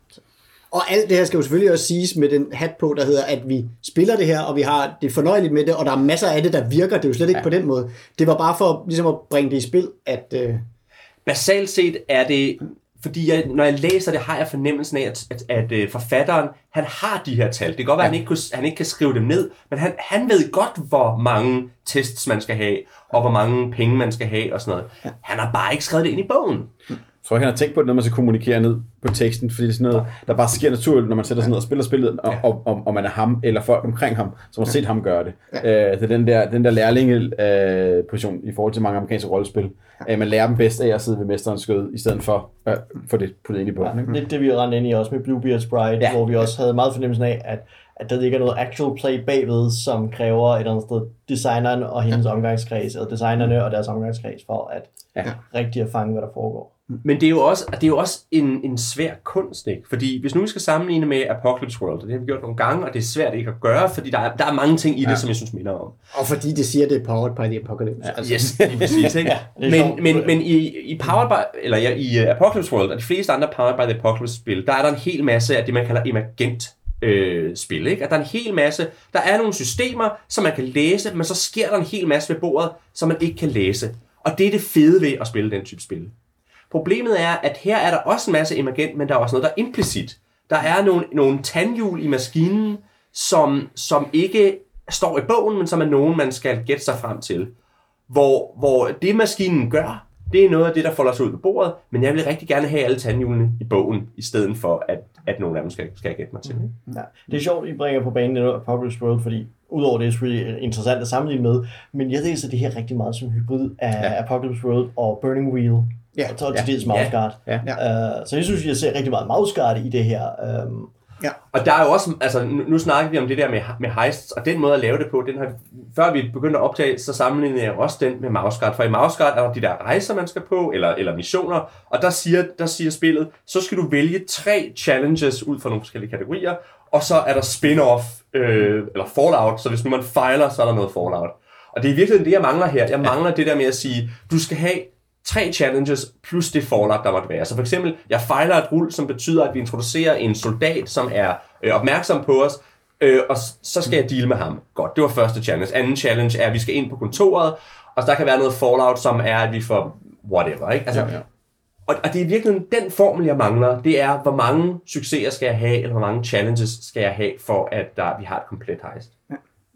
Og alt det her skal jo selvfølgelig også siges med den hat på, der hedder, at vi spiller det her, og vi har det fornøjeligt med det, og der er masser af det, der virker. Det er jo slet ikke ja. på den måde. Det var bare for ligesom at bringe det i spil, at... Øh... Basalt set er det, fordi jeg, når jeg læser det, har jeg fornemmelsen af, at, at, at, at forfatteren, han har de her tal. Det kan godt være, ja. at han ikke, kunne, han ikke kan skrive dem ned, men han, han ved godt, hvor mange tests man skal have, og hvor mange penge man skal have, og sådan noget. Ja. Han har bare ikke skrevet det ind i bogen. Jeg tror ikke, han har tænkt på det, når man skal kommunikere ned på teksten, fordi det er sådan noget, der bare sker naturligt, når man sætter sig ned og spiller spillet, og, og, og, og man er ham, eller folk omkring ham, som har set ham gøre det. Ja. Øh, det er den der, den der lærlinge-position øh, i forhold til mange amerikanske rollespil. Ja. Øh, man lærer dem bedst af at sidde ved mesterens skød, i stedet for at øh, få det puttet ind i bogen. Ja, det det, vi har rendt ind i også med Bluebeard's Bride, ja. hvor vi også havde meget fornemmelsen af, at, at der ikke er noget actual play bagved, som kræver et eller andet sted designeren og hendes ja. omgangskreds, eller designerne og deres omgangskreds, for at ja. rigtig at fange, hvad der foregår. Men det er jo også, det er jo også en, en svær kunst, ikke? Fordi hvis nu vi skal sammenligne med Apocalypse World, og det har vi gjort nogle gange, og det er svært ikke at gøre, fordi der er, der er mange ting i det, ja. som jeg synes minder om. Og fordi det siger, det er powered by the Apocalypse. Ja, altså. Yes, lige præcis, ikke? Ja, men, men, men i, i, powered by, eller ja, i Apocalypse World, og de fleste andre Powered by the Apocalypse-spil, der er der en hel masse af det, man kalder emergent øh, spil, ikke? At der er en hel masse, der er nogle systemer, som man kan læse, men så sker der en hel masse ved bordet, som man ikke kan læse. Og det er det fede ved at spille den type spil. Problemet er, at her er der også en masse emergent, men der er også noget, der er implicit. Der er nogle, nogle tandhjul i maskinen, som, som ikke står i bogen, men som er nogen, man skal gætte sig frem til. Hvor, hvor det, maskinen gør, det er noget af det, der folder sig ud på bordet, men jeg vil rigtig gerne have alle tandhjulene i bogen, i stedet for, at, at nogle af dem skal, skal jeg gætte mig til. Mm-hmm. Ja. Det er sjovt, I bringer på banen i Apocalypse World, fordi udover det er selvfølgelig interessant at sammenligne med, men jeg læser det her rigtig meget som hybrid af ja. Apocalypse World og Burning Wheel. Ja, og så til dels Mouse Guard. Ja. Ja. Uh, så jeg synes, jeg ser rigtig meget Mouse Guard i det her. Um, ja. Og der er jo også, altså nu, nu snakker vi om det der med, med heists, og den måde at lave det på, den har, før vi begyndte at optage, så sammenlignede jeg også den med Mouse Guard, for i Mouse Guard er der de der rejser, man skal på, eller, eller missioner, og der siger, der siger spillet, så skal du vælge tre challenges ud fra nogle forskellige kategorier, og så er der spin-off, øh, eller fallout, så hvis nu man fejler, så er der noget fallout. Og det er virkelig det, jeg mangler her. Jeg mangler ja. det der med at sige, du skal have tre challenges plus det fallout, der måtte være. Så for eksempel, jeg fejler et rul, som betyder, at vi introducerer en soldat, som er øh, opmærksom på os, øh, og så skal jeg deale med ham. Godt, det var første challenge. Anden challenge er, at vi skal ind på kontoret, og der kan være noget fallout, som er, at vi får whatever, ikke? Altså, ja, ja. Og, og det er virkelig den formel, jeg mangler. Det er, hvor mange succeser skal jeg have, eller hvor mange challenges skal jeg have, for at der, vi har et komplet heist. Ja.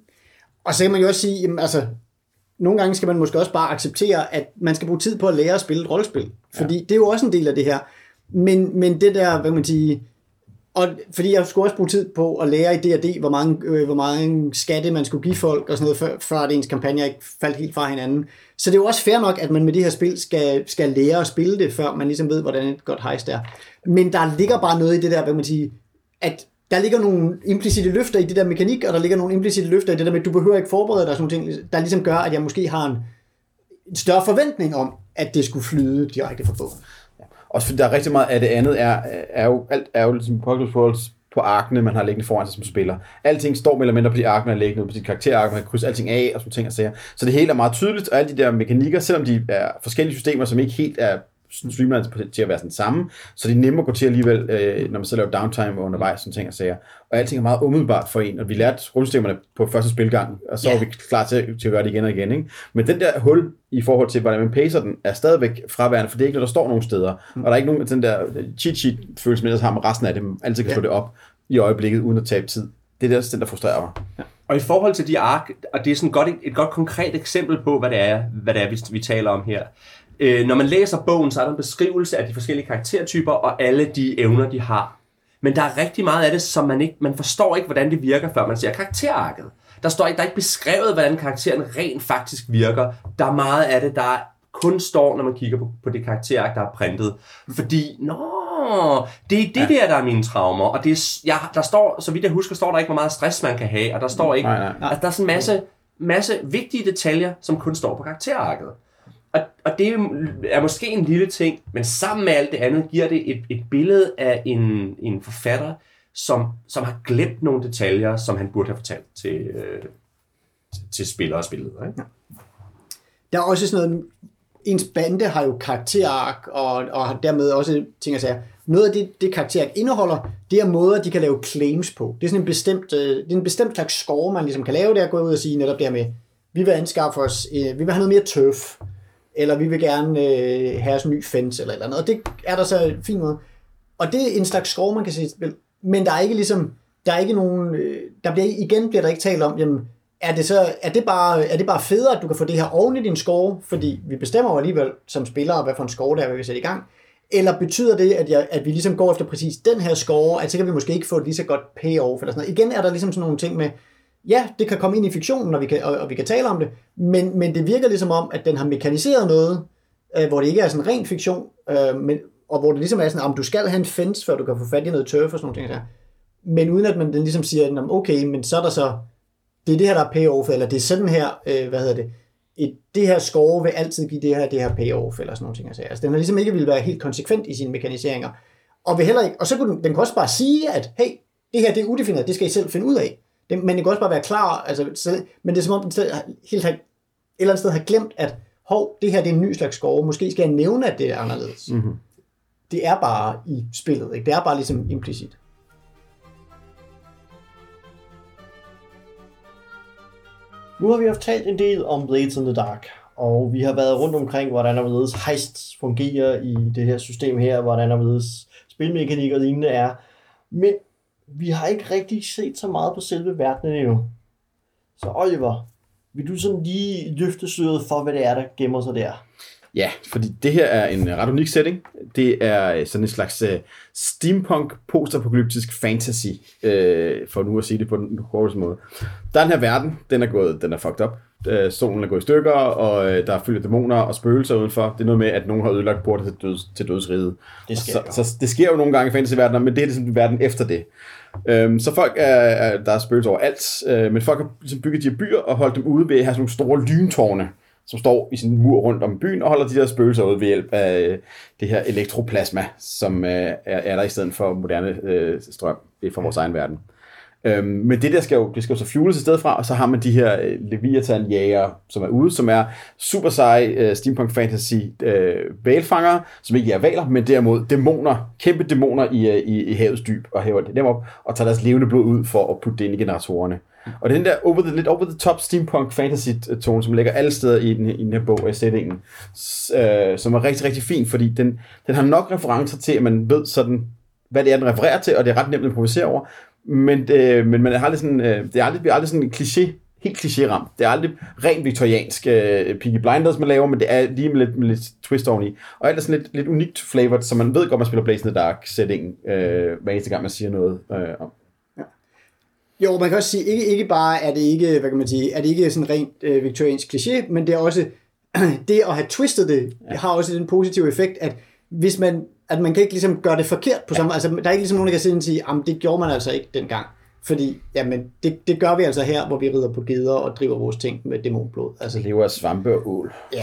Og så kan man jo også sige, jamen, altså, nogle gange skal man måske også bare acceptere, at man skal bruge tid på at lære at spille et rollespil. Fordi ja. det er jo også en del af det her. Men, men det der, hvad kan man sige, og fordi jeg skulle også bruge tid på at lære i D og D, hvor mange, øh, hvor mange skatte man skulle give folk og sådan noget, før, før at ens kampagne ikke faldt helt fra hinanden. Så det er jo også fair nok, at man med det her spil skal, skal lære at spille det, før man ligesom ved, hvordan et godt heist er. Men der ligger bare noget i det der, hvad kan man sige, at der ligger nogle implicite løfter i det der mekanik, og der ligger nogle implicite løfter i det der med, at du behøver ikke forberede dig sådan nogle ting, der ligesom gør, at jeg måske har en, en større forventning om, at det skulle flyde direkte fra bogen. Også fordi der er rigtig meget af det andet, er, er jo, alt er jo ligesom Apocalypse Worlds på arkene, man har liggende foran sig som spiller. Alting står mere eller mindre på de ark, man har liggende, på sit karakterark, man kan krydse alting af, og sådan ting og sager. Så det hele er meget tydeligt, og alle de der mekanikker, selvom de er forskellige systemer, som ikke helt er streamlines til at være sådan samme, så det er nemmere at gå til alligevel, øh, når man så laver downtime undervejs, sådan ting og sager. Og alting er meget umiddelbart for en, og vi lærte rullesystemerne på første spilgang, og så yeah. er vi klar til, til at gøre det igen og igen. Ikke? Men den der hul i forhold til, hvordan man pacer den, er stadigvæk fraværende, for det er ikke noget, der står nogen steder. Mm. Og der er ikke nogen af den der cheat sheet følelse, man har med resten af det, man altid kan yeah. slå det op i øjeblikket, uden at tabe tid. Det er der, den, der frustrerer mig. Ja. Og i forhold til de ark, og det er sådan godt, et, et godt konkret eksempel på, hvad det er, hvad det er vi, vi taler om her. Øh, når man læser bogen, så er der en beskrivelse af de forskellige karaktertyper og alle de evner, de har. Men der er rigtig meget af det, som man ikke, man forstår ikke, hvordan det virker, før man ser karakterarket. Der står ikke, der er ikke beskrevet, hvordan karakteren rent faktisk virker. Der er meget af det, der kun står, når man kigger på, på det karakterark, der er printet. Fordi, nå, det er det ja. der, der er mine traumer. Og det er, ja, der står, så vidt jeg husker, står der ikke, hvor meget stress man kan have. Og der står ikke, nej, nej. At der er sådan en masse, masse vigtige detaljer, som kun står på karakterarket. Og, og det er måske en lille ting, men sammen med alt det andet giver det et, et billede af en, en forfatter, som, som har glemt nogle detaljer, som han burde have fortalt til, øh, til spillere og spillere. Ikke? Der er også sådan noget, ens bande har jo karakterark, og, og har dermed også ting at sige. Noget af det, det karakterark indeholder, det er måder, de kan lave claims på. Det er sådan en bestemt, øh, det er en bestemt slags score, man ligesom kan lave, der at gå ud og sige netop der med, vi vil anskaffe os, øh, vi vil have noget mere turf, eller vi vil gerne øh, have sådan en ny fence, eller eller andet. Og det er der så fint noget. Og det er en slags score, man kan se, men der er ikke ligesom, der er ikke nogen, øh, der bliver, igen bliver der ikke talt om, jamen, er det så, er det bare, er det bare federe, at du kan få det her oven i din score, fordi vi bestemmer jo alligevel som spillere, hvad for en score der er, vi vil sætte i gang, eller betyder det, at, jeg, at vi ligesom går efter præcis den her score, at så kan vi måske ikke få et lige så godt payoff, eller sådan noget. Igen er der ligesom sådan nogle ting med, ja, det kan komme ind i fiktionen, og vi kan, og, og vi kan tale om det, men, men det virker ligesom om, at den har mekaniseret noget, øh, hvor det ikke er sådan ren fiktion, øh, men, og hvor det ligesom er sådan, om du skal have en fence, før du kan få fat i noget turf og sådan nogle ting. Der. Men uden at man den ligesom siger, okay, men så er der så, det er det her, der er payoff, eller det er sådan her, øh, hvad hedder det, et, det her score vil altid give det her, det her payoff, eller sådan nogle ting. Altså, den har ligesom ikke ville være helt konsekvent i sine mekaniseringer, og vil heller ikke, og så kunne den, den kan også bare sige, at hey, det her det er udefineret, det skal I selv finde ud af. Det, men det kan også bare være klar, altså, så, men det er som om den sted, helt har, et eller andet sted har glemt, at hov, det her det er en ny slags score, måske skal jeg nævne, at det er anderledes. Mm-hmm. Det er bare i spillet, ikke? Det er bare ligesom implicit. Nu har vi haft talt en del om Blades in the Dark, og vi har været rundt omkring, hvordan og heists fungerer i det her system her, hvordan og spilmekanik og lignende er, men vi har ikke rigtig set så meget på selve verdenen endnu. Så Oliver, vil du sådan lige løfte sløret for, hvad det er, der gemmer sig der? Ja, fordi det her er en ret unik setting. Det er sådan en slags uh, steampunk postapokalyptisk fantasy, uh, for nu at sige det på den korteste måde. Der er den her verden, den er gået, den er fucked up. Uh, solen er gået i stykker, og uh, der er fyldt dæmoner og spøgelser udenfor. Det er noget med, at nogen har ødelagt portet til, døds, til dødsriget. Det sker så, så det sker jo nogle gange i fantasyverdenen, men det er ligesom verden efter det. Um, så folk er, er, der er spøgelser overalt, uh, men folk har ligesom bygget de her byer og holdt dem ude ved at have sådan nogle store lyntårne, som står i sådan en mur rundt om byen og holder de der spøgelser ud ved hjælp af øh, det her elektroplasma, som øh, er, er der i stedet for moderne øh, strøm fra vores egen verden. Øhm, men det der skal jo, det skal jo så fueles et sted fra, og så har man de her øh, Leviathan-jæger, som er ude, som er super seje øh, steampunk fantasy øh, hvalfangere, som ikke er hvaler, men derimod dæmoner, kæmpe dæmoner i, øh, i, i havets dyb, og hæver dem op og tager deres levende blod ud for at putte det ind i generatorerne. Og den der over the, lidt over the top steampunk fantasy tone, som ligger alle steder i den, i den her bog af settingen, øh, som er rigtig, rigtig fin, fordi den, den har nok referencer til, at man ved sådan, hvad det er, den refererer til, og det er ret nemt at improvisere over, men, øh, men man har aldrig sådan, øh, det er aldrig, aldrig sådan en kliché helt kliché-ramt. Det er aldrig rent viktoriansk uh, Peaky Blinders, man laver, men det er lige med lidt, med lidt twist oveni. Og alt er sådan lidt, lidt unikt flavored, så man ved godt, man spiller Blazing the Dark-settingen, uh, hver eneste gang, man siger noget uh, om. Ja. Jo, man kan også sige, ikke, ikke bare er det ikke, hvad kan man sige, er det ikke sådan rent uh, viktoriansk kliché, men det er også, det at have twistet det, ja. har også den positive effekt, at hvis man, at man kan ikke ligesom gøre det forkert på samme, ja. altså der er ikke ligesom nogen, der kan sidde og sige, jamen det gjorde man altså ikke dengang. Fordi, jamen, det, det gør vi altså her, hvor vi rider på geder og driver vores ting med dæmonblod. Altså, det lever af svampe og ål. Ja.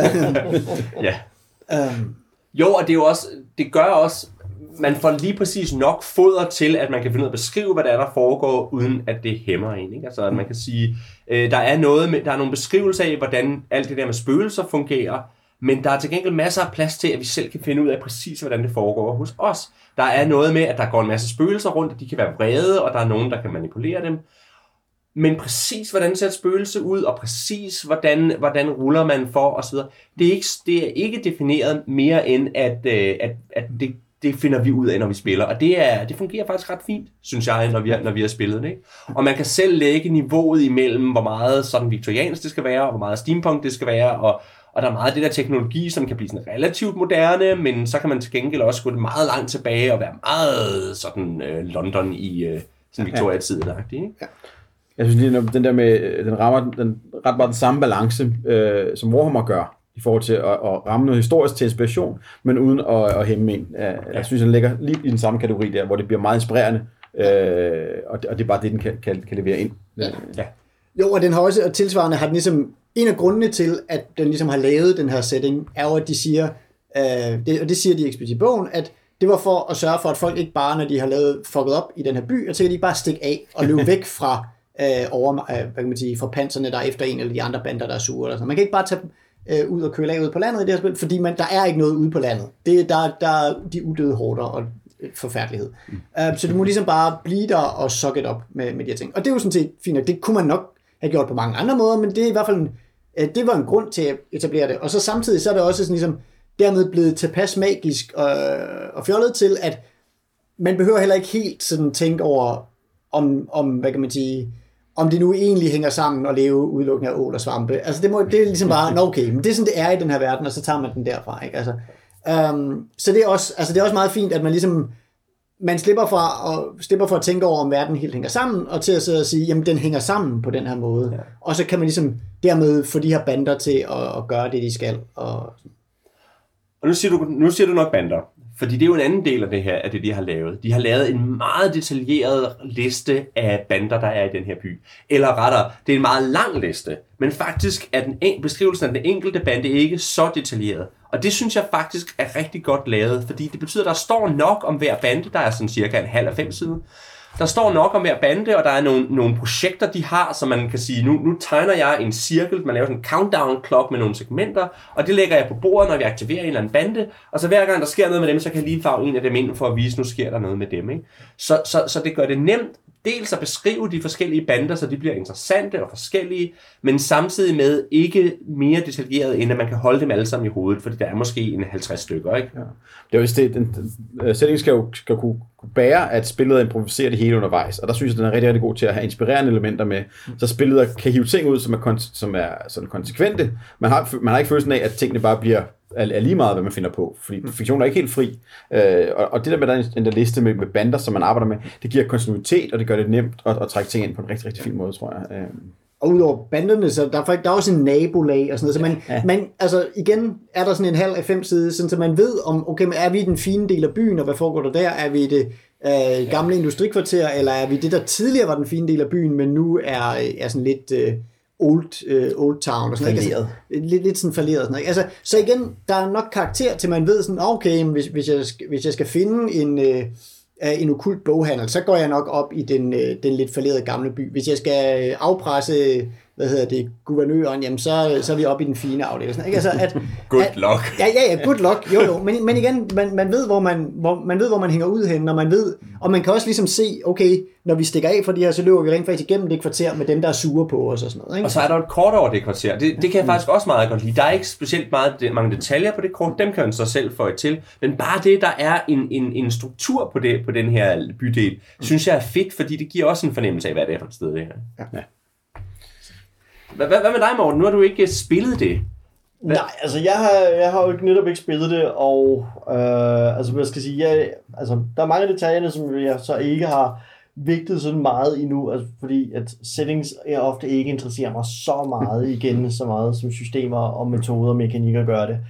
ja. Um. Jo, og det er jo også, det gør også, man får lige præcis nok foder til, at man kan finde ud af at beskrive, hvad der er, der foregår, uden at det hæmmer en. Ikke? Altså, at man kan sige, øh, der er noget med, der er nogle beskrivelser af, hvordan alt det der med spøgelser fungerer, men der er til gengæld masser af plads til, at vi selv kan finde ud af præcis, hvordan det foregår hos os. Der er noget med, at der går en masse spøgelser rundt, og de kan være vrede, og der er nogen, der kan manipulere dem. Men præcis, hvordan ser et spøgelse ud, og præcis, hvordan, hvordan ruller man for, osv., det er ikke, det er ikke defineret mere end, at, at, at det, det finder vi ud af, når vi spiller. Og det, er, det fungerer faktisk ret fint, synes jeg, når vi har, når vi har spillet det. Ikke? Og man kan selv lægge niveauet imellem, hvor meget sådan viktoriansk det skal være, og hvor meget steampunk det skal være, og Og der er meget af det der teknologi, som kan blive sådan relativt moderne, men så kan man til gengæld også gå meget langt tilbage og være meget sådan øh, London i øh, sådan Victoria-tiden. Ja. Ikke? Ja. Jeg synes lige, den der med, den rammer den, ret meget den samme balance, øh, som Warhammer gør, i forhold til at, at ramme noget historisk til inspiration, men uden at, at hæmme en. Jeg, ja. jeg synes, den ligger lige i den samme kategori der, hvor det bliver meget inspirerende, øh, og, det, og det er bare det, den kan, kan, kan levere ind. Ja. Ja. Jo, og den har også, og tilsvarende har den ligesom, en af grundene til, at den ligesom har lavet den her setting, er jo, at de siger, øh, det, og det siger de eksplicit i bogen, at det var for at sørge for, at folk ikke bare, når de har lavet fucket op i den her by, og så kan de bare stikke af og løbe væk fra, øh, over, øh, hvad kan man sige, fra panserne, der er efter en, eller de andre bander, der er sure. Eller sådan. Man kan ikke bare tage øh, ud og køle af ud på landet i det her spil, fordi man, der er ikke noget ude på landet. Det, der, der er de udøde horder og forfærdelighed. Mm. Uh, så du må ligesom bare blive der og suck it op med, med de her ting. Og det er jo sådan set fint, og det kunne man nok have gjort på mange andre måder, men det er i hvert fald en, det var en grund til at etablere det. Og så samtidig så er det også sådan ligesom dermed blevet tilpas magisk og, og fjollet til, at man behøver heller ikke helt sådan tænke over, om, om hvad kan man sige, om det nu egentlig hænger sammen og leve udelukkende af ål og svampe. Altså det, må, det er ligesom bare, nå okay, men det er sådan, det er i den her verden, og så tager man den derfra. Ikke? Altså, um, så det er, også, altså det er også meget fint, at man ligesom, man slipper fra, og slipper fra at tænke over, om verden helt hænger sammen, og til at sidde og sige, jamen den hænger sammen på den her måde. Ja. Og så kan man ligesom dermed få de her bander til at, at gøre det, de skal. Og, og nu, siger du, nu siger du nok bander, fordi det er jo en anden del af det her, af det de har lavet. De har lavet en meget detaljeret liste af bander, der er i den her by. Eller rettere, det er en meget lang liste, men faktisk er den en, beskrivelsen af den enkelte bande ikke så detaljeret. Og det synes jeg faktisk er rigtig godt lavet, fordi det betyder, at der står nok om hver bande, der er sådan cirka en halv af fem side. Der står nok om hver bande, og der er nogle, nogle projekter, de har, så man kan sige, nu, nu tegner jeg en cirkel, man laver sådan en countdown-clock med nogle segmenter, og det lægger jeg på bordet, når vi aktiverer en eller anden bande, og så hver gang der sker noget med dem, så kan jeg lige farve en af dem ind for at vise, nu sker der noget med dem. Ikke? Så, så, så det gør det nemt, dels at beskrive de forskellige bander, så de bliver interessante og forskellige, men samtidig med ikke mere detaljeret, end at man kan holde dem alle sammen i hovedet, fordi der er måske en halvtreds stykker. Ikke? Ja. Det er jo det, den, den setting skal jo skal kunne bære, at spillet improviserer det hele undervejs, og der synes jeg, den er rigtig, rigtig god til at have inspirerende elementer med, så spillet kan hive ting ud, som er, kon- som er sådan konsekvente. Man har, man har ikke følelsen af, at tingene bare bliver er lige meget, hvad man finder på, fordi fiktion er ikke helt fri. Øh, og, og det der med, der er en der liste med, med bander, som man arbejder med, det giver kontinuitet, og det gør det nemt at, at trække ting ind på en rigtig, rigtig fin måde, tror jeg. Øh. Og udover banderne, så der er, der er også en nabolag og sådan noget, så man, ja. man, altså igen er der sådan en halv af fem side, sådan, så man ved om, okay, men er vi i den fine del af byen, og hvad foregår der der? Er vi i det øh, gamle industrikvarter, eller er vi det, der tidligere var den fine del af byen, men nu er, er sådan lidt øh, old, øh, old town og sådan noget. Altså, lidt, lidt sådan falderet og sådan noget. Altså, så igen, der er nok karakter til, man ved sådan, okay, hvis, hvis, jeg, hvis jeg skal finde en... Øh, en okult boghandel, så går jeg nok op i den, den lidt falderede gamle by. Hvis jeg skal afpresse, hvad hedder det, guvernøren, jamen så, så er vi oppe i den fine afdeling. Ikke? Altså, at, good at, luck. Ja, ja, ja, good luck. Jo, jo. Men, men igen, man, man, ved, hvor man, hvor, man ved, hvor man hænger ud hen, og man ved, og man kan også ligesom se, okay, når vi stikker af for de her, så løber vi rent faktisk igennem det kvarter med dem, der er sure på os og sådan noget. Ikke? Og så er der et kort over det kvarter. Det, det kan jeg faktisk også meget godt lide. Der er ikke specielt meget, mange detaljer på det kort, dem kan man så selv få til. Men bare det, der er en, en, en struktur på, det, på den her bydel, synes jeg er fedt, fordi det giver også en fornemmelse af, hvad det er for et sted, det her. Ja. Ja. Hvad, hvad med dig, Morten? Nu har du ikke spillet det. Hvad? Nej, altså jeg har, jeg har jo netop ikke spillet det, og øh, altså hvad skal jeg sige, jeg, altså der er mange af detaljerne, som jeg så ikke har vigtigt sådan meget endnu, altså fordi at settings er ofte ikke interesserer mig så meget igen, så meget som systemer og metoder og mekanikker gør det.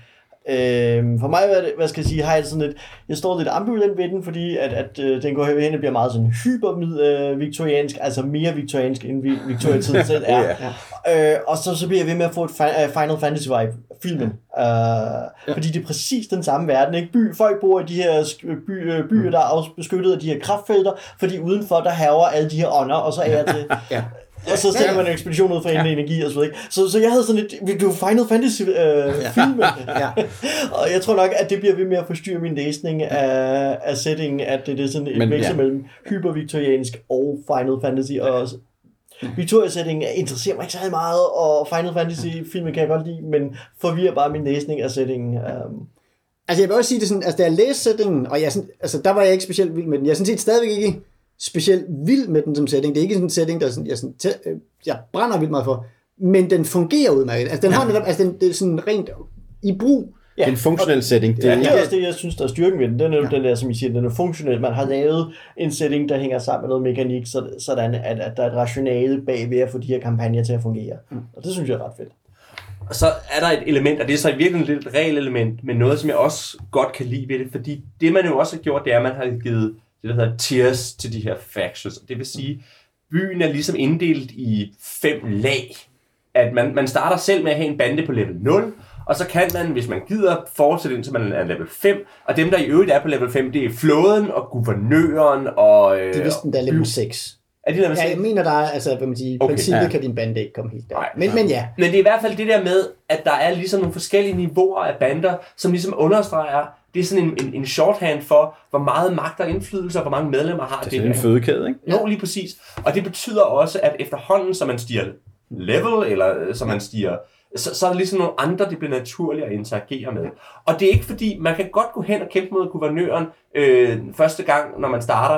Øhm, for mig, hvad, hvad skal jeg sige, har jeg sådan lidt, jeg står lidt ambivalent ved den, fordi at, at øh, den går hen og bliver meget sådan hyper-viktoriansk, øh, altså mere viktoriansk end vi, Victoria-tiden selv er. yeah. øh, og så, så bliver jeg ved med at få et fi- uh, Final Fantasy vibe, filmen. Øh, ja. Fordi det er præcis den samme verden, ikke? By, folk bor i de her by, øh, byer, der er beskyttet af de her kraftfelter, fordi udenfor der hærger alle de her ånder, og så er jeg til... ja. Og så sender man en ekspedition ud fra ja. energi og så videre. Så, så jeg havde sådan et, det var Final Fantasy øh, film. ja. Og jeg tror nok, at det bliver ved med at forstyrre min læsning af, af settingen, at det er sådan et veksel ja. mellem hyperviktoriansk og Final Fantasy. Og Victoria-settingen interesserer mig ikke særlig meget, og Final Fantasy-filmen kan jeg godt lide, men forvirrer bare min læsning af settingen. Um. Altså jeg vil også sige det sådan, altså da jeg læste settingen, og jeg sådan, altså der var jeg ikke specielt vild med den. Jeg er sådan set stadigvæk ikke specielt vild med den som setting. Det er ikke sådan en setting, der sådan, jeg, sådan, tæ- jeg brænder vildt meget for, men den fungerer udmærket. Altså den har netop, altså den, det er sådan rent i brug. Ja. En funktionel setting. Det, ja, det er også det, jeg synes, der er styrken ved den. Den er ja. den der, som I siger, den er funktionel. Man har lavet en setting, der hænger sammen med noget mekanik, sådan at, at der er et rationale bag ved at få de her kampagner til at fungere. Mm. Og det synes jeg er ret fedt. Og så er der et element, og det er så i virkeligheden lidt et regel element, men noget, som jeg også godt kan lide ved det, fordi det, man jo også har gjort, det er, at man har givet det, der hedder tiers til de her factions. Det vil sige, byen er ligesom inddelt i fem lag. At man, man starter selv med at have en bande på level nul, og så kan man, hvis man gider, fortsætte indtil man er level fem. Og dem, der i øvrigt er på level fem, det er flåden og guvernøren og... Øh, det er vist den der level seks. Er det level seks? Ja, jeg mener, der er, altså, hvad man siger, okay, princippet ja. kan din bande ikke komme helt der. Men, ja. men ja. Men det er i hvert fald det der med, at der er ligesom nogle forskellige niveauer af bander, som ligesom understreger, det er sådan en, en, en shorthand for, hvor meget magt og indflydelse, og hvor mange medlemmer har det. Det er en fødekæde, ikke? Jo, lige præcis. Og det betyder også, at efterhånden, som man stiger level, eller som man stiger, så, så er der ligesom nogle andre, det bliver naturligt at interagere med. Og det er ikke fordi, man kan godt gå hen og kæmpe mod guvernøren øh, første gang, når man starter.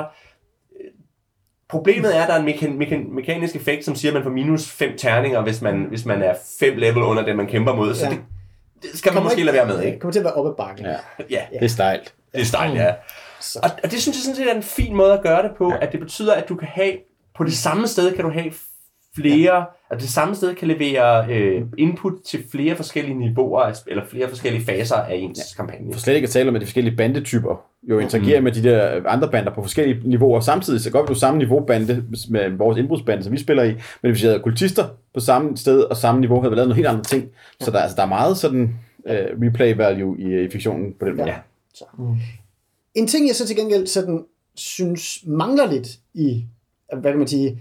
Problemet er, at der er en mekan- mekan- mekanisk effekt, som siger, at man får minus fem terninger, hvis man, hvis man er fem level under det, man kæmper mod. Så ja. det, det skal man måske lade være med, ikke? Det kommer til at være oppe ad bakken. Ja. ja. Det er stejlt. Det er stejlt, ja. Og, og det synes jeg sådan set er en fin måde at gøre det på, ja. at det betyder, at du kan have, på det samme sted kan du have flere, ja. at det samme sted kan levere øh, input til flere forskellige niveauer, eller flere forskellige faser af ens ja. kampagne. For slet ikke at tale om, at de forskellige bandetyper jo interagerer mm. med de der andre bander på forskellige niveauer samtidig. Så godt vil du samme niveaubande med vores indbrudsbande, som vi spiller i, men hvis vi havde kultister på samme sted og samme niveau, havde vi lavet nogle helt andre ting. Ja. Så der, altså, der er meget sådan uh, replay value i, i fiktionen på den måde. Ja. Så. Mm. En ting, jeg så til gengæld sådan, synes mangler lidt i, hvad kan man sige,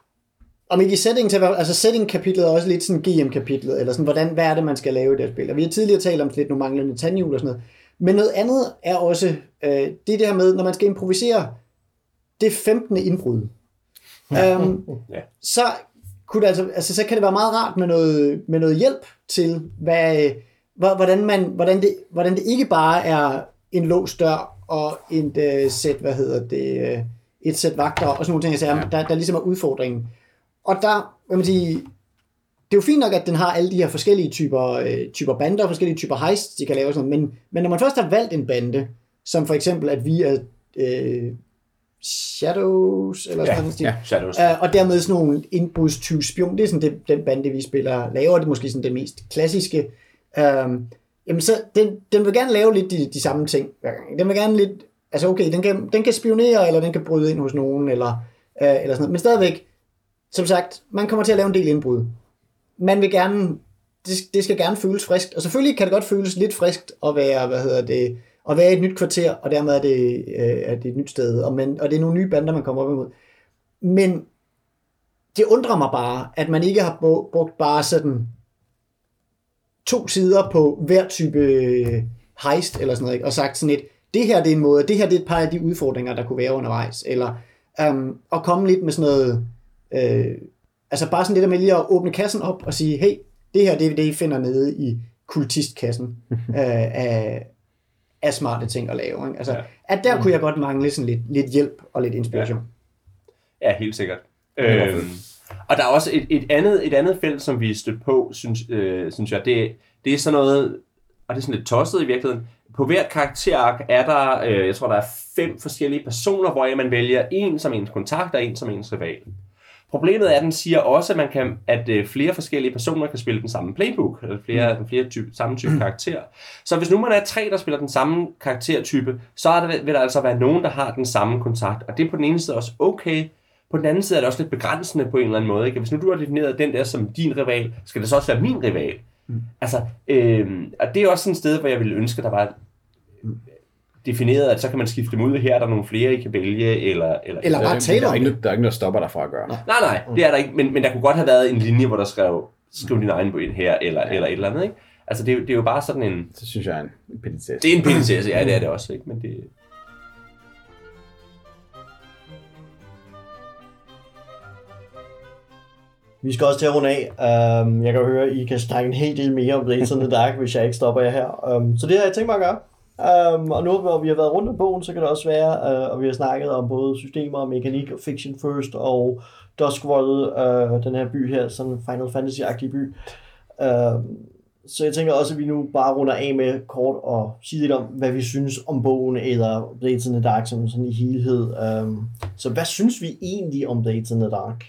om ikke i setting til, altså setting-kapitlet er også lidt sådan G M-kapitlet, eller sådan, hvordan, hvad er det, man skal lave i det her spil. Og vi har tidligere talt om lidt nogle manglende tandhjul og sådan noget. Men noget andet er også, øh, det er det her med, når man skal improvisere det femtende indbrud. Ja. Um, ja. Så, kunne det altså, altså, så kan det være meget rart med noget, med noget hjælp til, hvad, hvordan, man, hvordan, det, hvordan det ikke bare er en låst dør og et uh, sæt, hvad hedder det, uh, et sæt vagter og sådan nogle ting, altså, der, der ligesom er udfordringen. Og der, hvad man sige, det er jo fint nok, at den har alle de her forskellige typer, øh, typer bander, forskellige typer heists, de kan lave sådan, men, men når man først har valgt en bande, som for eksempel, at vi er øh, Shadows, eller sådan noget, ja, Shadows. Øh, og dermed sådan nogle indbrudstyve spion, det er sådan det, den bande, vi spiller, laver, det er måske sådan det mest klassiske. Øh, jamen så, den, den vil gerne lave lidt de, de samme ting. Den vil gerne lidt, altså okay, den kan, den kan spionere, eller den kan bryde ind hos nogen, eller, øh, eller sådan noget, men stadigvæk, som sagt, man kommer til at lave en del indbrud. Man vil gerne, det, det skal gerne føles friskt, og selvfølgelig kan det godt føles lidt friskt at være, hvad hedder det, at være i et nyt kvarter, og dermed er det, øh, er det et nyt sted, og, man, og det er nogle nye bander, man kommer op imod. Men det undrer mig bare, at man ikke har brugt bare sådan to sider på hver type heist, eller sådan noget, ikke? Og sagt sådan et, det her det er en måde, det her det er et par af de udfordringer, der kunne være undervejs, eller um, at komme lidt med sådan noget, Øh, altså bare sådan lidt med lige at åbne kassen op og sige, hey, det her det er det, I finder nede i kultistkassen øh, af, af smarte ting at lave. Ikke? Altså, ja. At der kunne jeg godt mangle sådan lidt, lidt hjælp og lidt inspiration. Ja, ja helt sikkert. Øhm, Og der er også et, et, andet, et andet felt, som vi er stødt på, synes, øh, synes jeg, det, det er sådan noget, og det er sådan lidt tosset i virkeligheden. På hvert karakterark er der, øh, jeg tror der er fem forskellige personer, hvor man vælger en som ens kontakt og en som ens rival. Problemet er, at den siger også, at man kan, at øh, flere forskellige personer kan spille den samme playbook, eller flere, mm. flere type, samme type karakter. Så hvis nu man er tre, der spiller den samme karaktertype, så er der, vil der altså være nogen, der har den samme kontakt. Og det er på den ene side også okay. På den anden side er det også lidt begrænsende på en eller anden måde. Ikke? Hvis nu du har defineret den der som din rival, skal det så også være min rival. Mm. Altså, øh, og det er også sådan et sted, hvor jeg ville ønske, der var defineret, at så kan man skifte dem ud. Her er der nogle flere, I kan vælge, eller... Eller, eller bare tale om det. Der er ikke noget, der stopper dig fra at gøre. Nej, nej, det er der ikke. Men, men der kunne godt have været en linje, hvor der skrev, skriv din egen på en her, eller, ja. eller et eller andet, ikke? Altså, det, det er jo bare sådan en... Så synes jeg er en petitesse. Det er en petitesse, ja, det er det også, ikke? Men det... Vi skal også til at runde af. Um, jeg kan høre, at I kan snakke en hel del mere om Blades in the Dark, hvis jeg ikke stopper jer her. Um, så det har jeg tænkt mig at gøre. Um, og nu hvor vi har været rundt om bogen, så kan det også være, uh, og vi har snakket om både systemer og mekanik og Fiction First og Duskwold, uh, den her by her, sådan en Final Fantasy-agtig by. Uh, så jeg tænker også, at vi nu bare runder af med kort og sige lidt om, hvad vi synes om bogen eller Blades in the Dark som sådan i helhed. Um, så hvad synes vi egentlig om Blades in the Dark?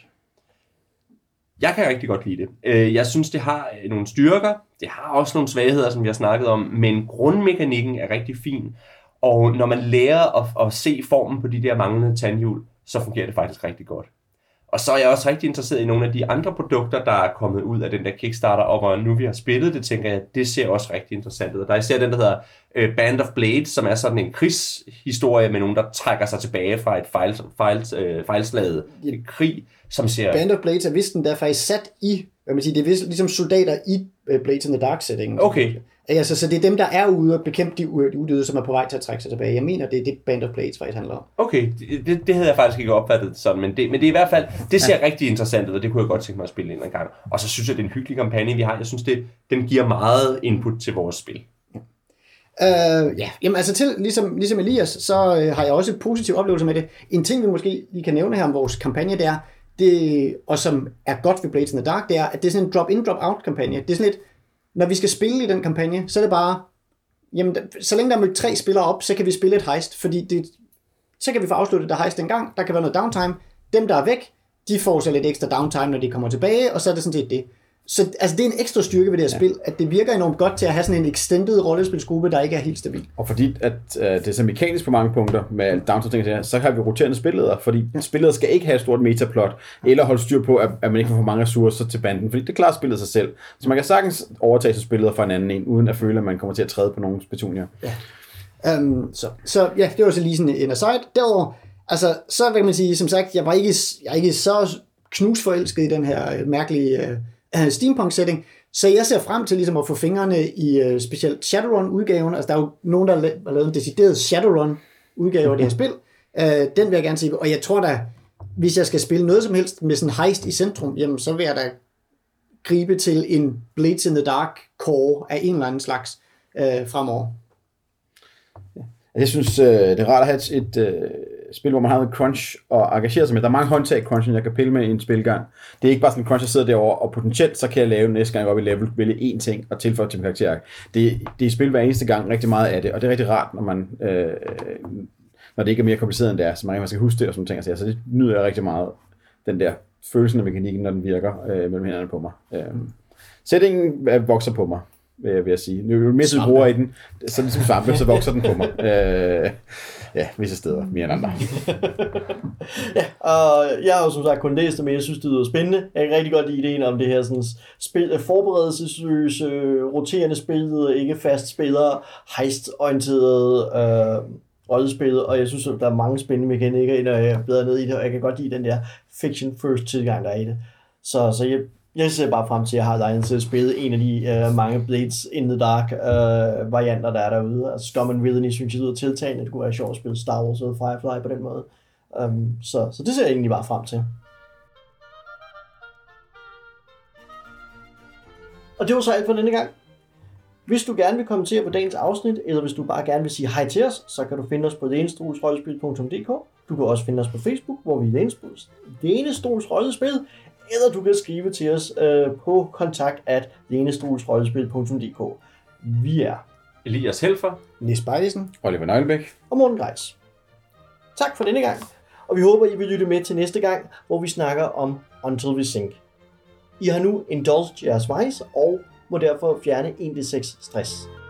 Jeg kan rigtig godt lide det. Jeg synes, det har nogle styrker. Det har også nogle svagheder, som vi har snakket om. Men grundmekanikken er rigtig fin. Og når man lærer at, at se formen på de der manglende tandhjul, så fungerer det faktisk rigtig godt. Og så er jeg også rigtig interesseret i nogle af de andre produkter, der er kommet ud af den der Kickstarter. Og hvor nu vi har spillet det, tænker jeg, det ser også rigtig interessant ud. Der er især den, der hedder uh, Band of Blades, som er sådan en krigshistorie med nogen, der trækker sig tilbage fra et fejl, fejl, uh, fejlslaget krig, som ser... Band of Blades er vist den der faktisk sat i, hvad man siger, det er vist ligesom soldater i uh, Blades in the Dark setting. Okay. Altså, så det er dem, der er ude og bekæmpe de udøde, som er på vej til at trække sig tilbage. Jeg mener, det er det Band of Blades faktisk handler om. Okay, det, det, det havde jeg faktisk ikke opfattet sådan, men det, men det er i hvert fald, det ser ja. rigtig interessant ud, og det kunne jeg godt tænke mig at spille en eller anden gang. Og så synes jeg, det er en hyggelig kampagne, vi har. Jeg synes, det, den giver meget input til vores spil. Ja, uh, ja. Jamen altså til, ligesom, ligesom Elias, så uh, har jeg også positive oplevelser med det. En ting, vi måske lige kan nævne her om vores kampagne, det er, det, og som er godt ved Blades in the Dark, det er, at det er sådan en drop-in, drop-out kampagne. Det er sådan lidt, når vi skal spille i den kampagne, så er det bare, jamen, så længe der er mødt tre spillere op, så kan vi spille et heist, fordi det, så kan vi få afsluttet det heist en gang, der kan være noget downtime. Dem, der er væk, de får så lidt ekstra downtime, når de kommer tilbage, og så er det sådan set det. Så altså, det er en ekstra styrke ved det her ja. spil, at det virker enormt godt til at have sådan en extended rollespilsgruppe, der ikke er helt stabil. Og fordi at, uh, det er så mekanisk på mange punkter med downtime, så har vi roterende spilleder, fordi ja. spillet skal ikke have et stort metaplot, eller holde styr på, at, at man ikke får for mange ressourcer til banden, fordi det klarer spillet sig selv. Så man kan sagtens overtage sig spilleder fra en anden en, uden at føle, at man kommer til at træde på nogle petunier. Ja. Um, så, så ja, det var så lige sådan en aside. Derudover, altså, så kan man sige, som sagt, jeg var ikke, jeg er ikke så knusforelsket i den her mærkelige uh, steampunk-setting, så jeg ser frem til ligesom at få fingrene i uh, specielt Shadowrun-udgaven. Altså, der er jo nogen, der har lavet en decideret Shadowrun-udgave af det her spil. Uh, den vil jeg gerne se. Og jeg tror da, hvis jeg skal spille noget som helst med sådan heist i centrum, jamen, så vil jeg da gribe til en Blades in the Dark core af en eller anden slags uh, fremover. Jeg synes, uh, det er rart at have et, et uh... spil, hvor man har noget crunch og engagere sig med. Der er mange håndtag crunchen, jeg kan pille med i en spilgang. Det er ikke bare sådan en crunch, jeg sidder derovre, og potentielt så kan jeg lave næste gang jeg går op i level, vælge én ting og tilføje til min karakter. Det, det er spil hver eneste gang rigtig meget af det, og det er rigtig rart, når man øh, når det ikke er mere kompliceret end det er, så man skal huske det og sådan ting. Så det nyder jeg rigtig meget, den der følelsen af mekanikken, når den virker øh, mellem hænderne på mig. Øh, settingen vokser på mig, vil jeg sige. Jo mere du bruger i den, så ligesom svampe, så vokser den på mig. Øh, ja, visse steder, mere end andre. Ja, og jeg har jo som sagt kun læst det, men jeg synes, det lyder spændende. Jeg kan rigtig godt lide ideen om det her sådan, spil, forberedelsesløse, roterende spil, ikke fast spillere, heist-orienterede øh, rollespil, og jeg synes, at der er mange spændende mekanikker, når jeg er bedre ned i det, og jeg kan godt lide den der fiction first tilgang, der er i det. Så, så jeg, jeg ser bare frem til, at jeg har lejlighed til at spille en af de uh, mange Blades in the Dark uh, varianter, der er derude. Altså Scum and Villainy synes jeg lyder tiltagende. Det kunne være sjovt at spille Star Wars eller Firefly på den måde. Um, så, så det ser jeg egentlig bare frem til. Og det var så alt for denne gang. Hvis du gerne vil kommentere på dagens afsnit, eller hvis du bare gerne vil sige hej til os, så kan du finde os på lenestols rollespil punktum d k. Du kan også finde os på Facebook, hvor vi er Lenestols Rollespil, eller du kan skrive til os øh, på kontakt at lænestolsrollespil punktum d k. Vi er Elias Helfer. Nis Bejlesen. Oliver Nøglebæk. og Morten Greis. Tak for denne gang, og vi håber, I vil lytte med til næste gang, hvor vi snakker om Until We Sink. I har nu indulged jeres vejs og må derfor fjerne en d seks stress.